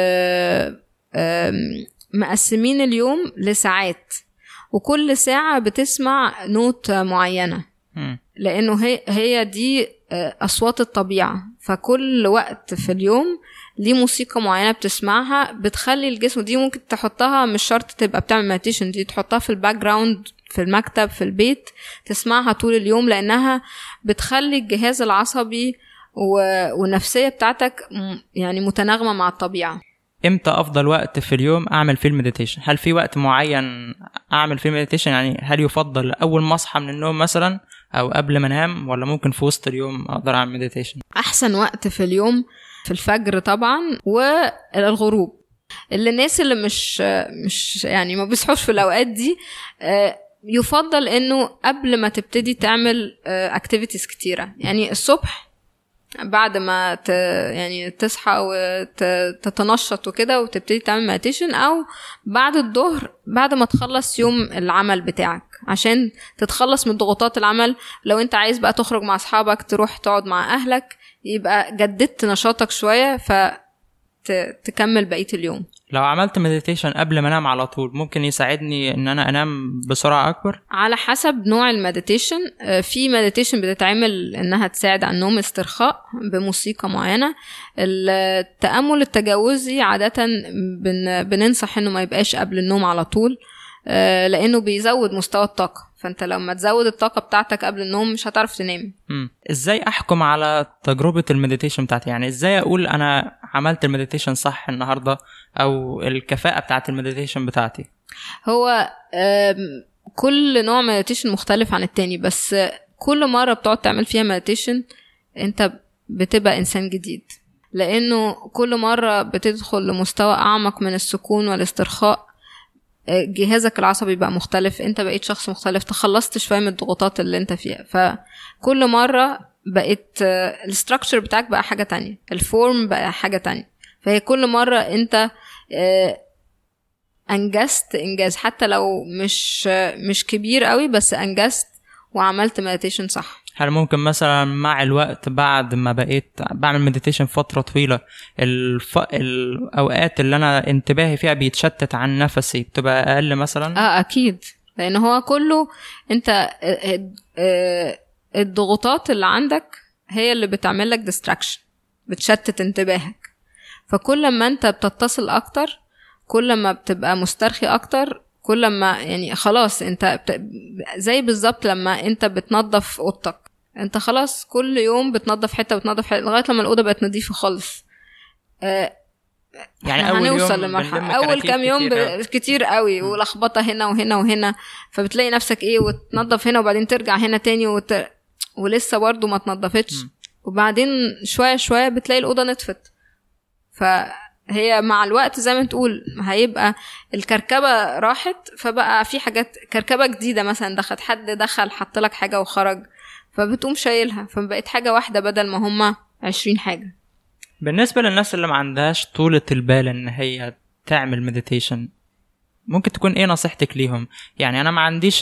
مقسمين اليوم لساعات، وكل ساعة بتسمع نوت معينة، لأنه هي هي دي أصوات الطبيعة. فكل وقت في اليوم ليه موسيقى معينة بتسمعها بتخلي الجسم، دي ممكن تحطها مش شرط تبقى بتعمل مديتيشن، دي تحطها في الباك جراوند في المكتب في البيت تسمعها طول اليوم، لأنها بتخلي الجهاز العصبي والنفسية بتاعتك يعني متناغمة مع الطبيعة. امتى افضل وقت في اليوم اعمل فيه المديتيشن؟ هل في وقت معين اعمل فيه المديتيشن؟ يعني هل يفضل اول ما اصحى من النوم مثلا او قبل ما انام، ولا ممكن في وسط اليوم اقدر اعمل مديتيشن؟ احسن وقت في اليوم في الفجر طبعا والغروب. اللي الناس اللي مش مش يعني ما بيصحوش في الاوقات دي يفضل انه قبل ما تبتدي تعمل اكتيفيتيز كتيره، يعني الصبح بعد ما ت يعني تصحى وتتنشط وكده وتبتدي تعمل مديتيشن، او بعد الظهر بعد ما تخلص يوم العمل بتاعك عشان تتخلص من ضغوطات العمل. لو انت عايز بقى تخرج مع اصحابك تروح تقعد مع اهلك يبقى جددت نشاطك شوية فتكمل بقية اليوم. لو عملت مديتيشن قبل ما انام على طول ممكن يساعدني ان انا انام بسرعة اكبر؟ على حسب نوع المديتيشن. في مديتيشن بتتعمل انها تساعد على النوم استرخاء بموسيقى معينة. التأمل التجاوزي عادة بن بننصح انه ما يبقاش قبل النوم على طول، لانه بيزود مستوى الطاقة، فانت لما تزود الطاقة بتاعتك قبل النوم مش هتعرف تنام. امم ازاي احكم على تجربة المديتيشن بتاعتي؟ يعني ازاي اقول انا عملت المديتيشن صح النهاردة، او الكفاءة بتاعت المديتيشن بتاعتي؟ هو كل نوع مديتيشن مختلف عن التاني، بس كل مرة بتقعد تعمل فيها مديتيشن انت بتبقى انسان جديد، لانه كل مرة بتدخل لمستوى اعمق من السكون والاسترخاء، جهازك العصبي بقى مختلف، انت بقيت شخص مختلف، تخلصت شوية من الضغوطات اللي انت فيها. فكل مرة بقيت الستراكشر بتاعك بقى حاجة تانية، الفورم بقى حاجة تانية. فهي كل مرة انت انجزت انجاز حتى لو مش مش كبير قوي، بس انجزت وعملت مديتيشن صح. هل ممكن مثلا مع الوقت بعد ما بقيت بعمل مديتيشن فترة طويلة الف... الأوقات اللي أنا انتباهي فيها بيتشتت عن نفسي بتبقى أقل مثلا؟ آه أكيد، لأن هو كله أنت الضغوطات اللي عندك هي اللي بتعمل لك distraction، بتشتت انتباهك. فكل ما أنت بتتصل أكتر، كل ما بتبقى مسترخي أكتر، كل ما يعني خلاص أنت بت... زي بالظبط لما أنت بتنظف أوضتك، انت خلاص كل يوم بتنظف حته وتنظف حته لغايه لما الاوضه بقت نظيفه خالص. آه يعني اول يوم هنوصل لمرحله اول كام يوم كتير, ب... كتير قوي ولخبطه هنا وهنا وهنا، فبتلاقي نفسك ايه وتنظف هنا وبعدين ترجع هنا تاني وت... ولسه برضو ما تنظفتش، وبعدين شويه شويه بتلاقي الاوضه نطفت. فهي مع الوقت زي ما تقول هيبقى الكركبه راحت، فبقى في حاجات كركبه جديده مثلا دخلت، حد دخل حط لك حاجه وخرج فبتقوم شايلها، فبقت حاجه واحده بدل ما هما عشرين حاجه. بالنسبة للناس اللي ما عندهاش طولة البال ان هي تعمل مديتيشن، ممكن تكون ايه نصيحتك ليهم؟ يعني انا ما عنديش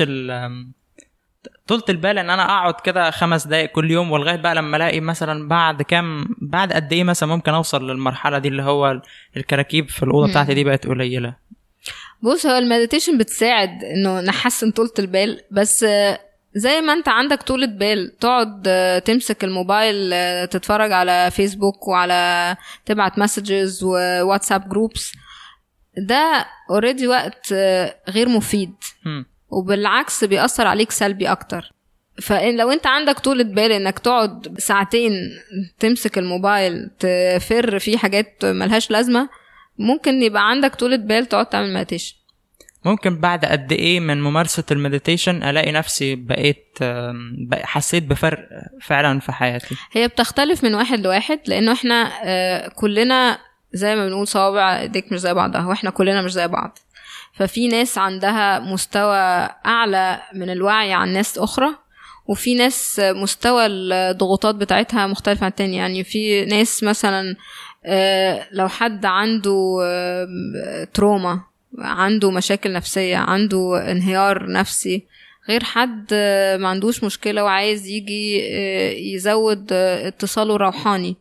طولة البال ان انا اقعد كده خمس دقايق كل يوم، ولغاية بقى لما الاقي مثلا بعد كام بعد قد ايه مثلا ممكن اوصل للمرحلة دي اللي هو الكراكيب في الأوضة بتاعتي دي بقت قليلة. بص، هو المديتيشن بتساعد انه نحسن طولة البال، بس زي ما انت عندك طولة بال تقعد تمسك الموبايل تتفرج على فيسبوك وعلى تبعت مسجز وواتساب جروبس، ده اوريدي وقت غير مفيد م. وبالعكس بيأثر عليك سلبي اكتر. فإن لو انت عندك طولة بال انك تقعد ساعتين تمسك الموبايل تفر فيه حاجات ملهاش لازمة، ممكن يبقى عندك طولة بال تقعد تعمل مديتيشن. ممكن بعد قد ايه من ممارسة المديتيشن الاقي نفسي بقيت حسيت بفرق فعلا في حياتي؟ هي بتختلف من واحد لواحد، لانه احنا كلنا زي ما بنقول صوابع ايديك مش زي بعضها، واحنا كلنا مش زي بعض. ففي ناس عندها مستوى اعلى من الوعي عن ناس اخرى، وفي ناس مستوى الضغوطات بتاعتها مختلف عن التاني. يعني في ناس مثلا لو حد عنده تروما، عنده مشاكل نفسية، عنده انهيار نفسي، غير حد ما عندوش مشكلة وعايز يجي يزود اتصاله روحاني.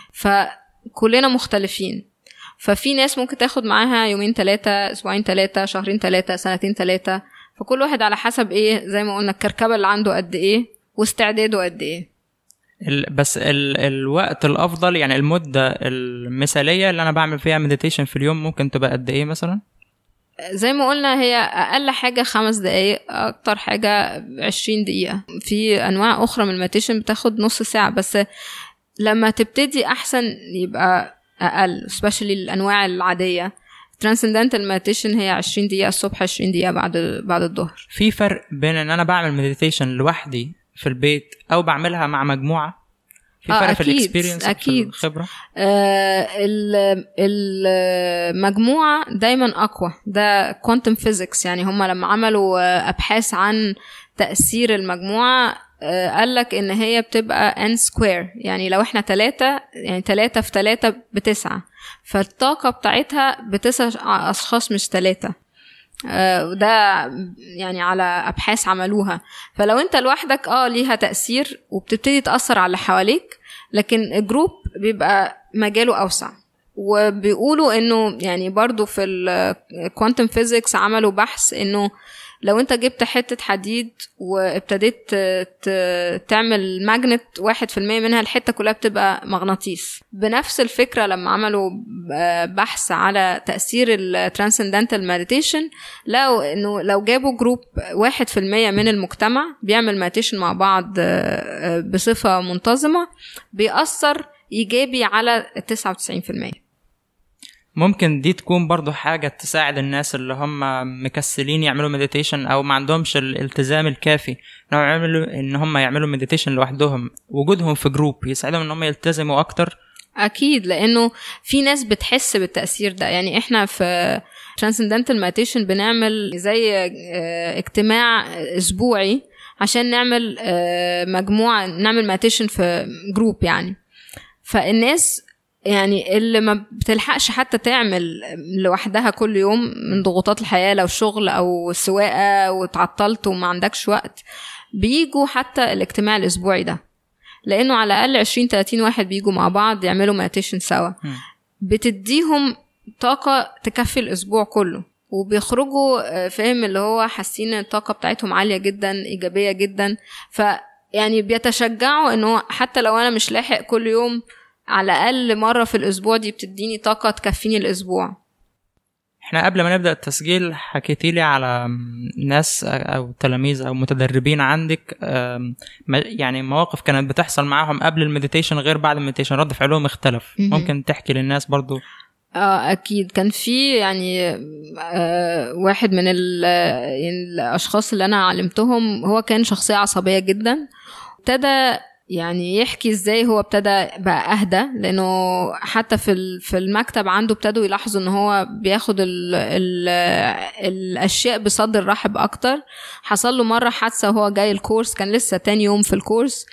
فكلنا مختلفين. ففي ناس ممكن تاخد معاها يومين ثلاثة، اسبوعين ثلاثة، شهرين ثلاثة، سنتين ثلاثة. فكل واحد على حسب ايه، زي ما قلنا الكركبة اللي عنده قد ايه واستعداده قد ايه. بس ال الوقت الافضل، يعني المدة المثالية اللي انا بعمل فيها مديتيشن في اليوم ممكن تبقى قد ايه مثلا؟ زي ما قلنا هي اقل حاجة خمس دقايق، اكتر حاجة عشرين دقيقة. في انواع اخرى من المديتيشن بتاخد نص ساعة، بس لما تبتدي احسن يبقى اقل، especially الانواع العادية. Transcendental meditation هي عشرين دقيقة الصبح، عشرين دقيقة بعد بعد الظهر. في فرق بين ان انا بعمل مديتيشن لوحدي في البيت او بعملها مع مجموعة؟ في فرق آه في الاكسبيرينس، في الخبرة؟ آه المجموعة دايما اقوى. ده quantum physics، يعني هم لما عملوا ابحاث عن تأثير المجموعة آه قالك ان هي بتبقى n square، يعني لو احنا تلاتة، يعني تلاتة في تلاتة بتسعة، فالطاقة بتاعتها بتسع اشخاص مش تلاتة. آه ده يعني على ابحاث عملوها. فلو انت لوحدك اه ليها تأثير وبتبتدي تأثر على اللي حواليك، لكن الجروب بيبقى مجاله اوسع. وبيقولوا انه يعني برضو في الكوانتم فيزيكس عملوا بحث انه لو انت جبت حتة حديد وابتديت تعمل ماجنت واحد في المية منها، الحتة كلها بتبقى مغناطيس. بنفس الفكرة لما عملوا بحث على تأثير الترانسندنتال مديتيشن، لو انه لو جابوا جروب واحد في المية من المجتمع بيعمل مديتيشن مع بعض بصفة منتظمة، بيأثر إيجابي على تسعة وتسعين في المية. ممكن دي تكون برضو حاجة تساعد الناس اللي هم مكسلين يعملوا مديتيشن او ما عندهمش الالتزام الكافي ان هم يعملوا مديتيشن لوحدهم. وجودهم في جروب يساعدهم ان هم يلتزموا اكتر. اكيد، لانه في ناس بتحس بالتأثير ده. يعني احنا في Transcendental Meditation بنعمل زي اجتماع اسبوعي عشان نعمل مجموعة، نعمل مديتيشن في جروب. يعني فالناس يعني اللي ما بتلحقش حتى تعمل لوحدها كل يوم من ضغوطات الحياة، لو شغل أو السواقة وتعطلت وما عندكش وقت، بيجوا حتى الاجتماع الأسبوعي ده، لأنه على الأقل عشرين تلاتين واحد بيجوا مع بعض يعملوا مديتيشن سوا. بتديهم طاقة تكفي الأسبوع كله، وبيخرجوا فاهم اللي هو حاسين الطاقة بتاعتهم عالية جدا، إيجابية جدا. فيعني بيتشجعوا إنه حتى لو أنا مش لاحق كل يوم، على الأقل مرة في الأسبوع دي بتديني طاقة تكفيني الأسبوع. احنا قبل ما نبدأ التسجيل حكيتي لي على ناس او تلاميذ او متدربين عندك، يعني مواقف كانت بتحصل معاهم قبل المديتيشن غير بعد المديتيشن، رد فعلهم اختلف. ممكن تحكي للناس برضو؟ اه اكيد. كان في يعني آه واحد من الاشخاص اللي انا علمتهم هو كان شخصية عصبية جدا. ابتدى يعني يحكي ازاي هو ابتدى بقى اهدى، لانه حتى في في المكتب عنده ابتدوا يلاحظوا ان هو بياخد ال ال الاشياء بصدر رحب اكتر. حصل له مره حادثه وهو جاي الكورس، كان لسه تاني يوم في الكورس،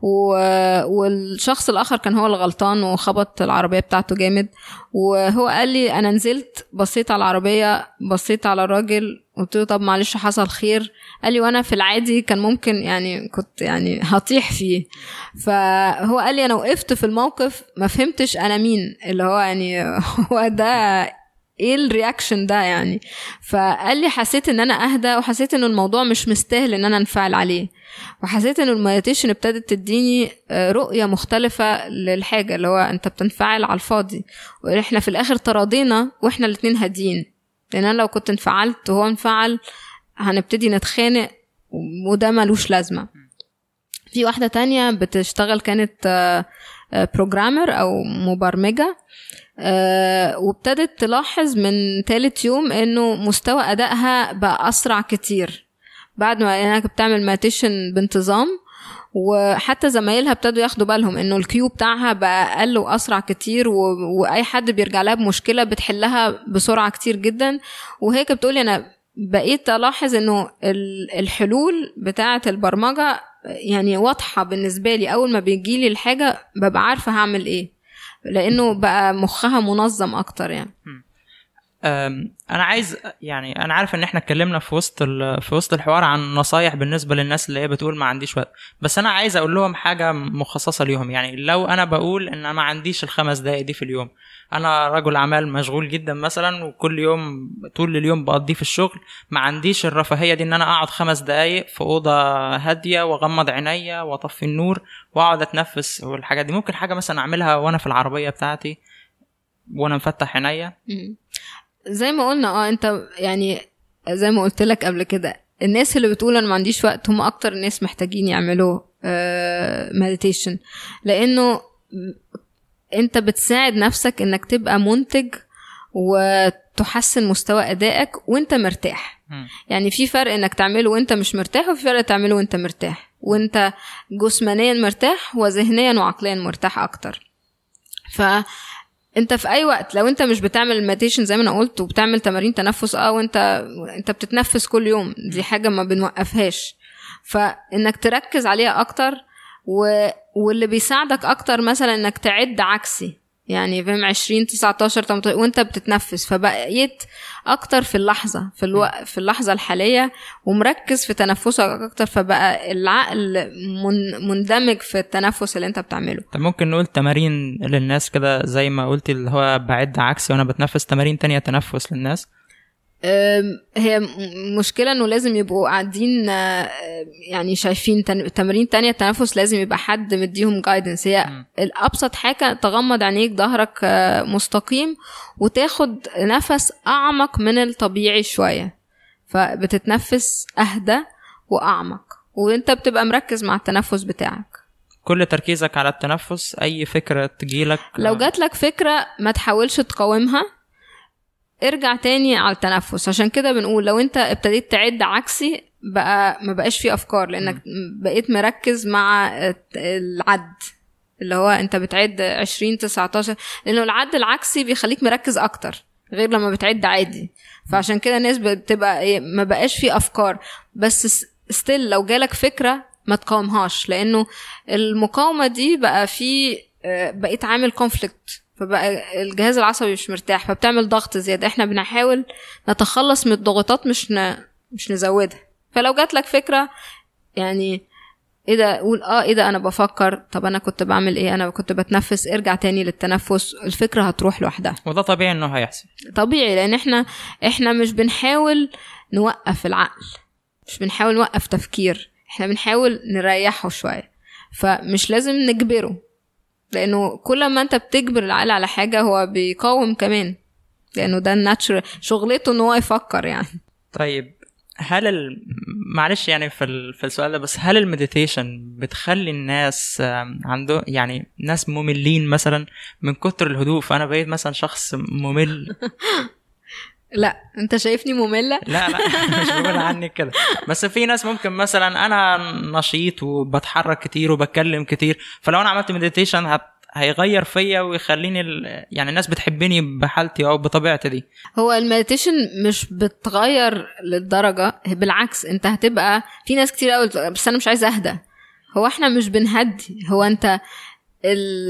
والشخص الاخر كان هو الغلطان وخبط العربيه بتاعته جامد. وهو قال لي انا نزلت بصيت على العربيه، بصيت على الراجل، قلت له طب معلش حصل خير. قال لي وانا في العادي كان ممكن يعني كنت يعني هطيح فيه. فهو قال لي انا وقفت في الموقف ما فهمتش انا مين، اللي هو يعني هو ده ايه الرياكشن ده يعني. فقال لي حسيت ان انا اهدى، وحسيت ان الموضوع مش مستاهل ان انا انفعل عليه، وحسيت ان المديتيشن ابتدت تديني رؤية مختلفة للحاجة، اللي هو انت بتنفعل على الفاضي، واحنا في الاخر تراضينا واحنا الاتنين هادين. لان انا لو كنت انفعلت وهو انفعل هنبتدي نتخانق وده ملوش لازمة. في واحدة تانية بتشتغل كانت بروجرامر او مبرمجة، أه وابتدت تلاحظ من ثالث يوم انه مستوى ادائها بقى اسرع كتير بعد ما يعني بتعمل مديتيشن بانتظام. وحتى زمايلها ابتدوا ياخدوا بالهم انه الكيو بتاعها بقى اقل واسرع كتير، و... واي حد بيرجع لها بمشكله بتحلها بسرعه كتير جدا. وهي كانت بتقولي انا بقيت الاحظ انه الحلول بتاعه البرمجه يعني واضحه بالنسبه لي. اول ما بيجيلي الحاجه ببقى عارفه هعمل ايه، لانه بقى مخها منظم اكتر يعني. انا عايز يعني انا عارف ان احنا اتكلمنا في وسط في وسط الحوار عن نصايح بالنسبه للناس اللي هي بتقول ما عنديش وقت، بس انا عايز اقول لهم حاجه مخصصه ليهم. يعني لو انا بقول ان انا ما عنديش الخمس دقائق دي في اليوم، انا رجل اعمال مشغول جدا مثلا، وكل يوم طول اليوم بقضيه في الشغل، ما عنديش الرفاهيه دي ان انا اقعد خمس دقائق في اوضه هاديه واغمض عينيا واطفي النور واقعد اتنفس والحاجات دي. ممكن حاجه مثلا اعملها وانا في العربيه بتاعتي وانا مفتح عينيا. زي ما قلنا اه انت يعني زي ما قلت لك قبل كده، الناس اللي بتقول انا ما عنديش وقت هم اكتر الناس محتاجين يعملوا مديتيشن، لانه انت بتساعد نفسك انك تبقى منتج وتحسن مستوى ادائك وانت مرتاح. م. يعني في فرق انك تعمله وانت مش مرتاح، وفي فرق تعمله وانت مرتاح، وانت جسمانيا مرتاح وذهنيا وعقليا مرتاح اكتر. ف انت في اي وقت لو انت مش بتعمل المديتيشن زي ما انا قلت وبتعمل تمارين تنفس اه وانت انت بتتنفس كل يوم، دي حاجه ما بنوقفهاش، فانك تركز عليها اكتر. و... واللي بيساعدك اكتر مثلا انك تعد عكسي، يعني فهم عشرين تسعتاشر تمنتاشر وانت بتتنفس، فبقيت اكتر في اللحظه في الو... في اللحظه الحاليه ومركز في تنفسك اكتر، فبقى العقل من... مندمج في التنفس اللي انت بتعمله. طب ممكن نقول تمارين للناس كده زي ما قلت اللي هو بعد عكسي وانا بتنفس، تمارين تانية تنفس للناس؟ هي مشكلة انه لازم يبقوا قاعدين يعني شايفين تمارين تانية التنفس، لازم يبقى حد مديهم جايدنس. هي م. الابسط حاجة تغمض عينيك، ظهرك مستقيم، وتاخد نفس اعمق من الطبيعي شوية، فبتتنفس اهدى واعمق وانت بتبقى مركز مع التنفس بتاعك. كل تركيزك على التنفس. اي فكرة تجيلك، لو جات لك فكرة ما تحاولش تقاومها، ارجع تاني على التنفس. عشان كده بنقول لو انت ابتديت تعد عكسي بقى ما بقاش فيه افكار، لانك م. بقيت مركز مع العد اللي هو انت بتعد عشرين تسعتاشر، لانه العد العكسي بيخليك مركز اكتر غير لما بتعد عادي. فعشان كده الناس بتبقى ايه، ما بقاش فيه افكار. بس ستيل لو جالك فكرة ما تقاومهاش، لانه المقاومة دي بقى فيه بقيت عامل كونفليكت، فبقى الجهاز العصبي مش مرتاح، فبتعمل ضغط زيادة. احنا بنحاول نتخلص من الضغوطات مش ن... مش نزودها. فلو جات لك فكرة يعني ايه ده، قول اه ايه ده انا بفكر، طب انا كنت بعمل ايه، انا كنت بتنفس، ارجع تاني للتنفس، الفكرة هتروح لوحدها. وده طبيعي انه هيحصل، طبيعي، لان احنا احنا مش بنحاول نوقف العقل، مش بنحاول نوقف تفكير، احنا بنحاول نريحه شوية. فمش لازم نجبره، لانه كل ما انت بتجبر العقل على حاجة هو بيقاوم كمان. لانه ده الناتشرال شغلته ان هو يفكر يعني. طيب هل ال... معلش يعني في ال... في السؤال ده بس، هل المديتيشن بتخلي الناس عنده يعني ناس مملين مثلا من كتر الهدوء، فانا بقيت مثلا شخص ممل؟ لا انت شايفني مملة؟ لا لا مش بقول عنك كده، بس في ناس ممكن مثلا انا نشيط وبتحرك كتير وبتكلم كتير، فلو انا عملت مديتيشن هت... هيغير فيا ويخليني ال... يعني الناس بتحبني بحالتي او بطبيعتي دي. هو المديتيشن مش بتغير للدرجة، بالعكس انت هتبقى في ناس كتير قوي بس انا مش عايزة اهدى. هو احنا مش بنهدي، هو انت ال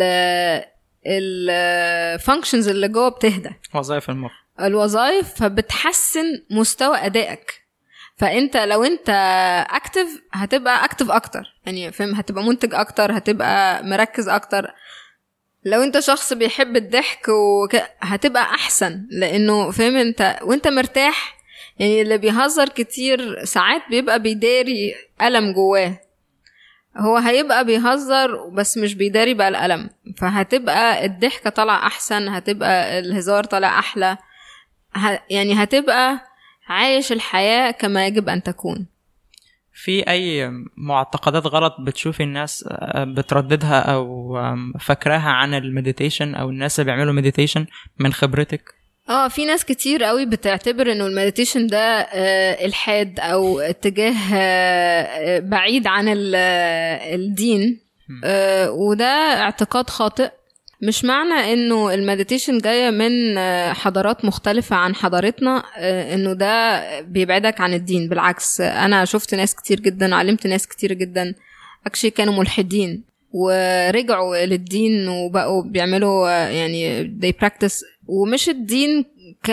ال functions اللي جوه بتهدى، وظائف المخ، الوظائف، فبتحسن مستوى ادائك. فانت لو انت اكتف هتبقى اكتف اكتر يعني، فاهم، هتبقى منتج اكتر، هتبقى مركز اكتر. لو انت شخص بيحب الضحك وك... هتبقى احسن، لانه فاهم انت وانت مرتاح. يعني اللي بيهزر كتير ساعات بيبقى بيداري ألم جواه، هو هيبقى بيهزر بس مش بيداري بقى الألم، فهتبقى الضحكة طالع احسن، هتبقى الهزار طالع احلى، ه... يعني هتبقى عايش الحياة كما يجب ان تكون. في اي معتقدات غلط بتشوفي الناس بترددها او فكرها عن المديتيشن او الناس اللي بيعملوا مديتيشن من خبرتك؟ اه في ناس كتير قوي بتعتبر انه المديتيشن ده آه الحاد او اتجاه آه بعيد عن الدين، آه وده اعتقاد خاطئ. مش معنى انه المديتيشن جاية من حضارات مختلفة عن حضارتنا انه ده بيبعدك عن الدين، بالعكس. انا شفت ناس كتير جدا، علمت ناس كتير جدا اكشي كانوا ملحدين ورجعوا للدين وبقوا بيعملوا يعني they practice. ومش الدين ك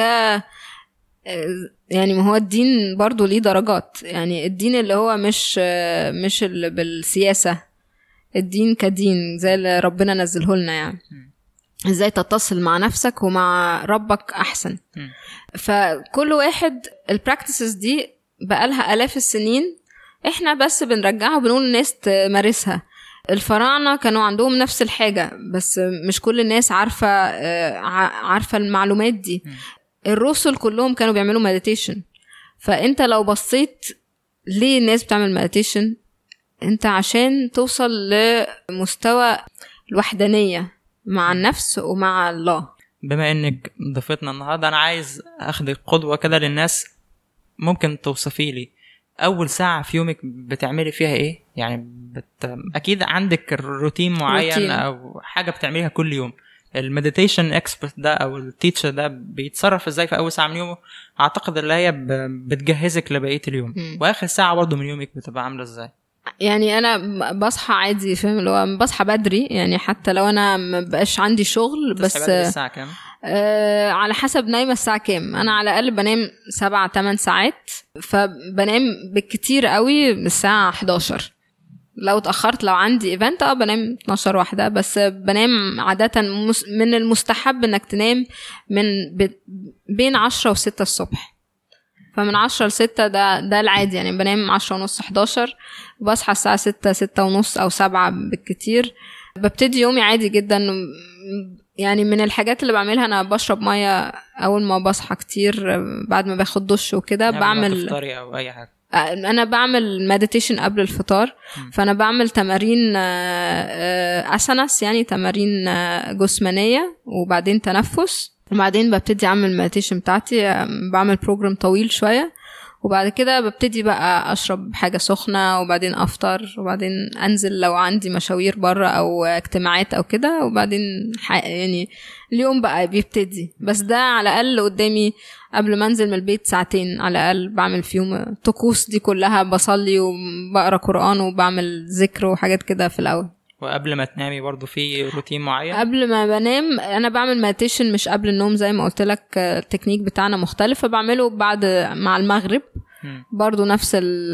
يعني ما هو الدين برضو ليه درجات، يعني الدين اللي هو مش مش اللي بالسياسة، الدين كدين زي اللي ربنا نزله لنا، يعني ازاي تتصل مع نفسك ومع ربك احسن. فكل واحد البراكتسز دي بقالها آلاف السنين، احنا بس بنرجعها وبنقول الناس تمارسها. الفراعنة كانوا عندهم نفس الحاجة بس مش كل الناس عارفة عارفة المعلومات دي. الرسل كلهم كانوا بيعملوا مديتيشن. فانت لو بصيت ليه الناس بتعمل مديتيشن، انت عشان توصل لمستوى الوحدانية مع النفس ومع الله. بما انك ضيفتنا النهارده، انا عايز اخدك قدوة كده للناس. ممكن توصفي لي اول ساعة في يومك بتعملي فيها ايه؟ يعني بت... اكيد عندك روتين معين روتين. او حاجة بتعمليها كل يوم. المديتيشن اكسبرت ده او التيتشر ده بيتصرف ازاي في اول ساعة من يومه؟ اعتقد اللي هي ب... بتجهزك لبقية اليوم. م. واخر ساعة برضو من يومك بتبقى عاملة ازاي؟ يعني انا بصحى عادي، فاهم، اللي هو بصحى بدري، يعني حتى لو انا ما بقاش عندي شغل. بس الساعه كام؟ آه على حسب نايمه الساعه كام. انا على الاقل بنام سبعة تمن ساعات، فبنام بالكتير قوي الساعه حداشر. لو اتاخرت لو عندي ايفنت اه بنام اتناشر واحده، بس بنام عاده من المستحب انك تنام من بين عشرة وستة الصبح. فمن عشرة لستة ده ده العادي، يعني بنام عشرة ونص حداشر، بصحى الساعة ستة ستة ونص أو سبعة بالكتير. ببتدي يومي عادي جدا. يعني من الحاجات اللي بعملها أنا بشرب مية أول ما بصحى كتير، بعد ما باخد دش وكده بعمل تفطري أو أي حاجة. أنا بعمل مديتيشن قبل الفطار. م. فأنا بعمل تمارين أسانس، يعني تمارين جسمانية، وبعدين تنفس، وبعدين ببتدي اعمل المديتيشن بتاعتي. بعمل بروجرام طويل شويه، وبعد كده ببتدي بقى اشرب حاجه سخنه، وبعدين افطر، وبعدين انزل لو عندي مشاوير بره او اجتماعات او كده، وبعدين يعني اليوم بقى بيبتدي. بس ده على الاقل قدامي قبل ما انزل من البيت ساعتين على الاقل بعمل فيهم الطقوس دي كلها، بصلي وبقرا قران وبعمل ذكر وحاجات كده في الاول. وقبل ما تنامي برضو في روتين معين؟ قبل ما بنام انا بعمل مديتيشن مش قبل النوم زي ما قلت لك، التكنيك بتاعنا مختلف، بعمله بعد مع المغرب. م. برضو نفس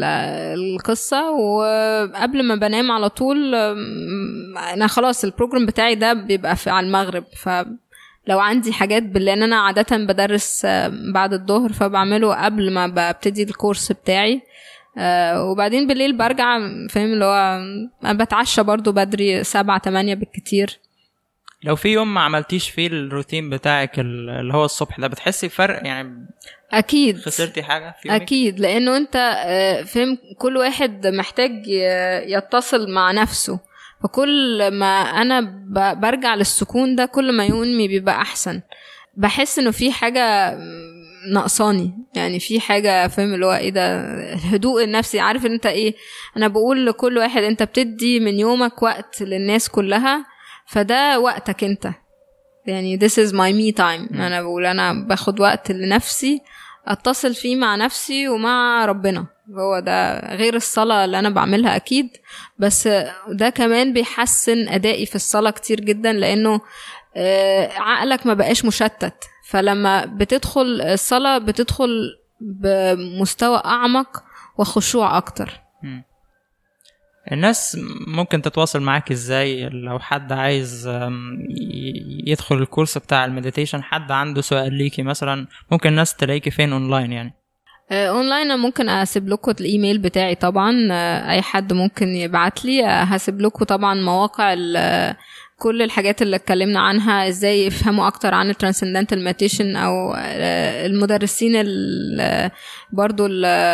القصة. وقبل ما بنام على طول انا خلاص البروجرام بتاعي ده بيبقى في على المغرب، فلو عندي حاجات لان انا عادة بدرس بعد الظهر فبعمله قبل ما ببتدي الكورس بتاعي. آه وبعدين بالليل برجع، فاهم، اللي هو بتعشى برضو بدري سبعة تمانية بالكتير. لو في يوم ما عملتيش فيه الروتين بتاعك اللي هو الصبح ده، بتحسي فرق يعني؟ اكيد خسرتي حاجه في يومك؟ اكيد، لانه انت فهم كل واحد محتاج يتصل مع نفسه، فكل ما انا برجع للسكون ده كل ما يومي بيبقى احسن. بحس انه في حاجه ناقصاني، يعني في حاجه فهم اللي هو ايه ده، الهدوء النفسي. عارف انت ايه، انا بقول لكل واحد انت بتدي من يومك وقت للناس كلها، فده وقتك انت، يعني this is my me time. م. انا بقول انا باخد وقت لنفسي اتصل فيه مع نفسي ومع ربنا. هو ده غير الصلاة اللي انا بعملها اكيد، بس ده كمان بيحسن ادائي في الصلاة كتير جدا، لانه عقلك ما بقاش مشتت. فلما بتدخل الصلاة بتدخل بمستوى اعمق وخشوع اكتر. م. الناس ممكن تتواصل معاك ازاي لو حد عايز يدخل الكورس بتاع المديتيشن؟ حد عنده سؤال ليكي مثلا، ممكن الناس تلاقيكي فين اونلاين يعني؟ اونلاين ممكن اسيب لكم الايميل بتاعي طبعا، اي حد ممكن يبعت لي. هسيب لكم طبعا مواقع كل الحاجات اللي اتكلمنا عنها، ازاي يفهموا اكتر عن الترانسندنتال مديتيشن، او المدرسين برضو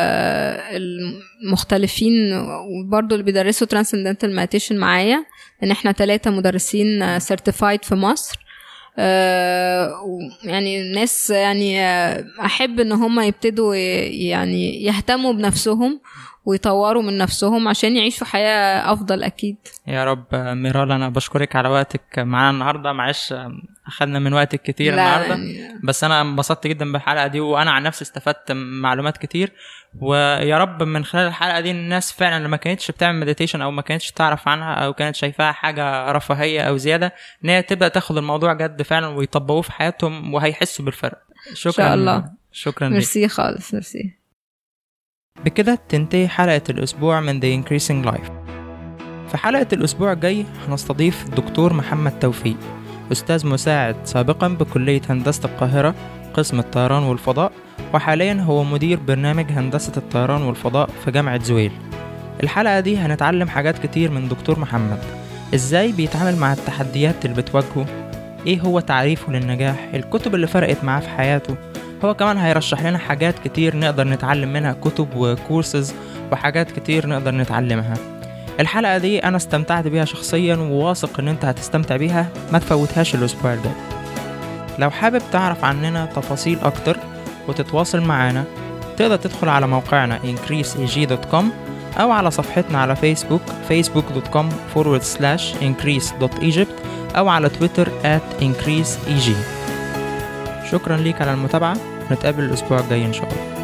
المختلفين وبرضو اللي بيدرسوا ترانسندنتال مديتيشن معايا، ان احنا ثلاثة مدرسين سيرتيفايد في مصر. يعني الناس يعني احب ان هم يبتدوا يعني يهتموا بنفسهم ويطوروا من نفسهم عشان يعيشوا حياة أفضل أكيد. يا رب. ميرال أنا بشكرك على وقتك معنا النهاردة، معلش أخذنا من وقتك كتير النهاردة، يعني بس أنا انبسطت جدا بالحلقة دي، وأنا عن نفسي استفدت معلومات كتير. ويا رب من خلال الحلقة دي الناس فعلا اللي ما كانتش بتعمل مديتيشن أو ما كانتش تعرف عنها أو كانت شايفاها حاجة رفاهية أو زيادة، إن هي تبدأ تاخد الموضوع جد فعلا ويطبقوه في حياتهم وهيحسوا بالفرق. شكرا. إن شاء الله. شكرا. ميرسي خالص. ميرسي. بكده تنتهي حلقة الأسبوع من The Increasing Life. في حلقة الأسبوع الجاي هنستضيف الدكتور محمد توفيق، أستاذ مساعد سابقا بكلية هندسة القاهرة قسم الطيران والفضاء، وحاليا هو مدير برنامج هندسة الطيران والفضاء في جامعة زويل. الحلقة دي هنتعلم حاجات كتير من دكتور محمد، إزاي بيتعامل مع التحديات اللي بتواجهه، إيه هو تعريفه للنجاح، الكتب اللي فرقت معاه في حياته. هو كمان هيرشح لنا حاجات كتير نقدر نتعلم منها، كتب وكورسز وحاجات كتير نقدر نتعلمها. الحلقة دي أنا استمتعت بيها شخصيا، وواثق إن أنت هتستمتع بيها، ما تفوتهاش الأسبوع ده. لو حابب تعرف عننا تفاصيل أكتر وتتواصل معانا، تقدر تدخل على موقعنا increase e g dot com أو على صفحتنا على فيسبوك facebook dot com forward slash increase dot egypt أو على تويتر at increase e g. شكرا ليك على المتابعة، نتقابل الأسبوع الجاي إن شاء الله.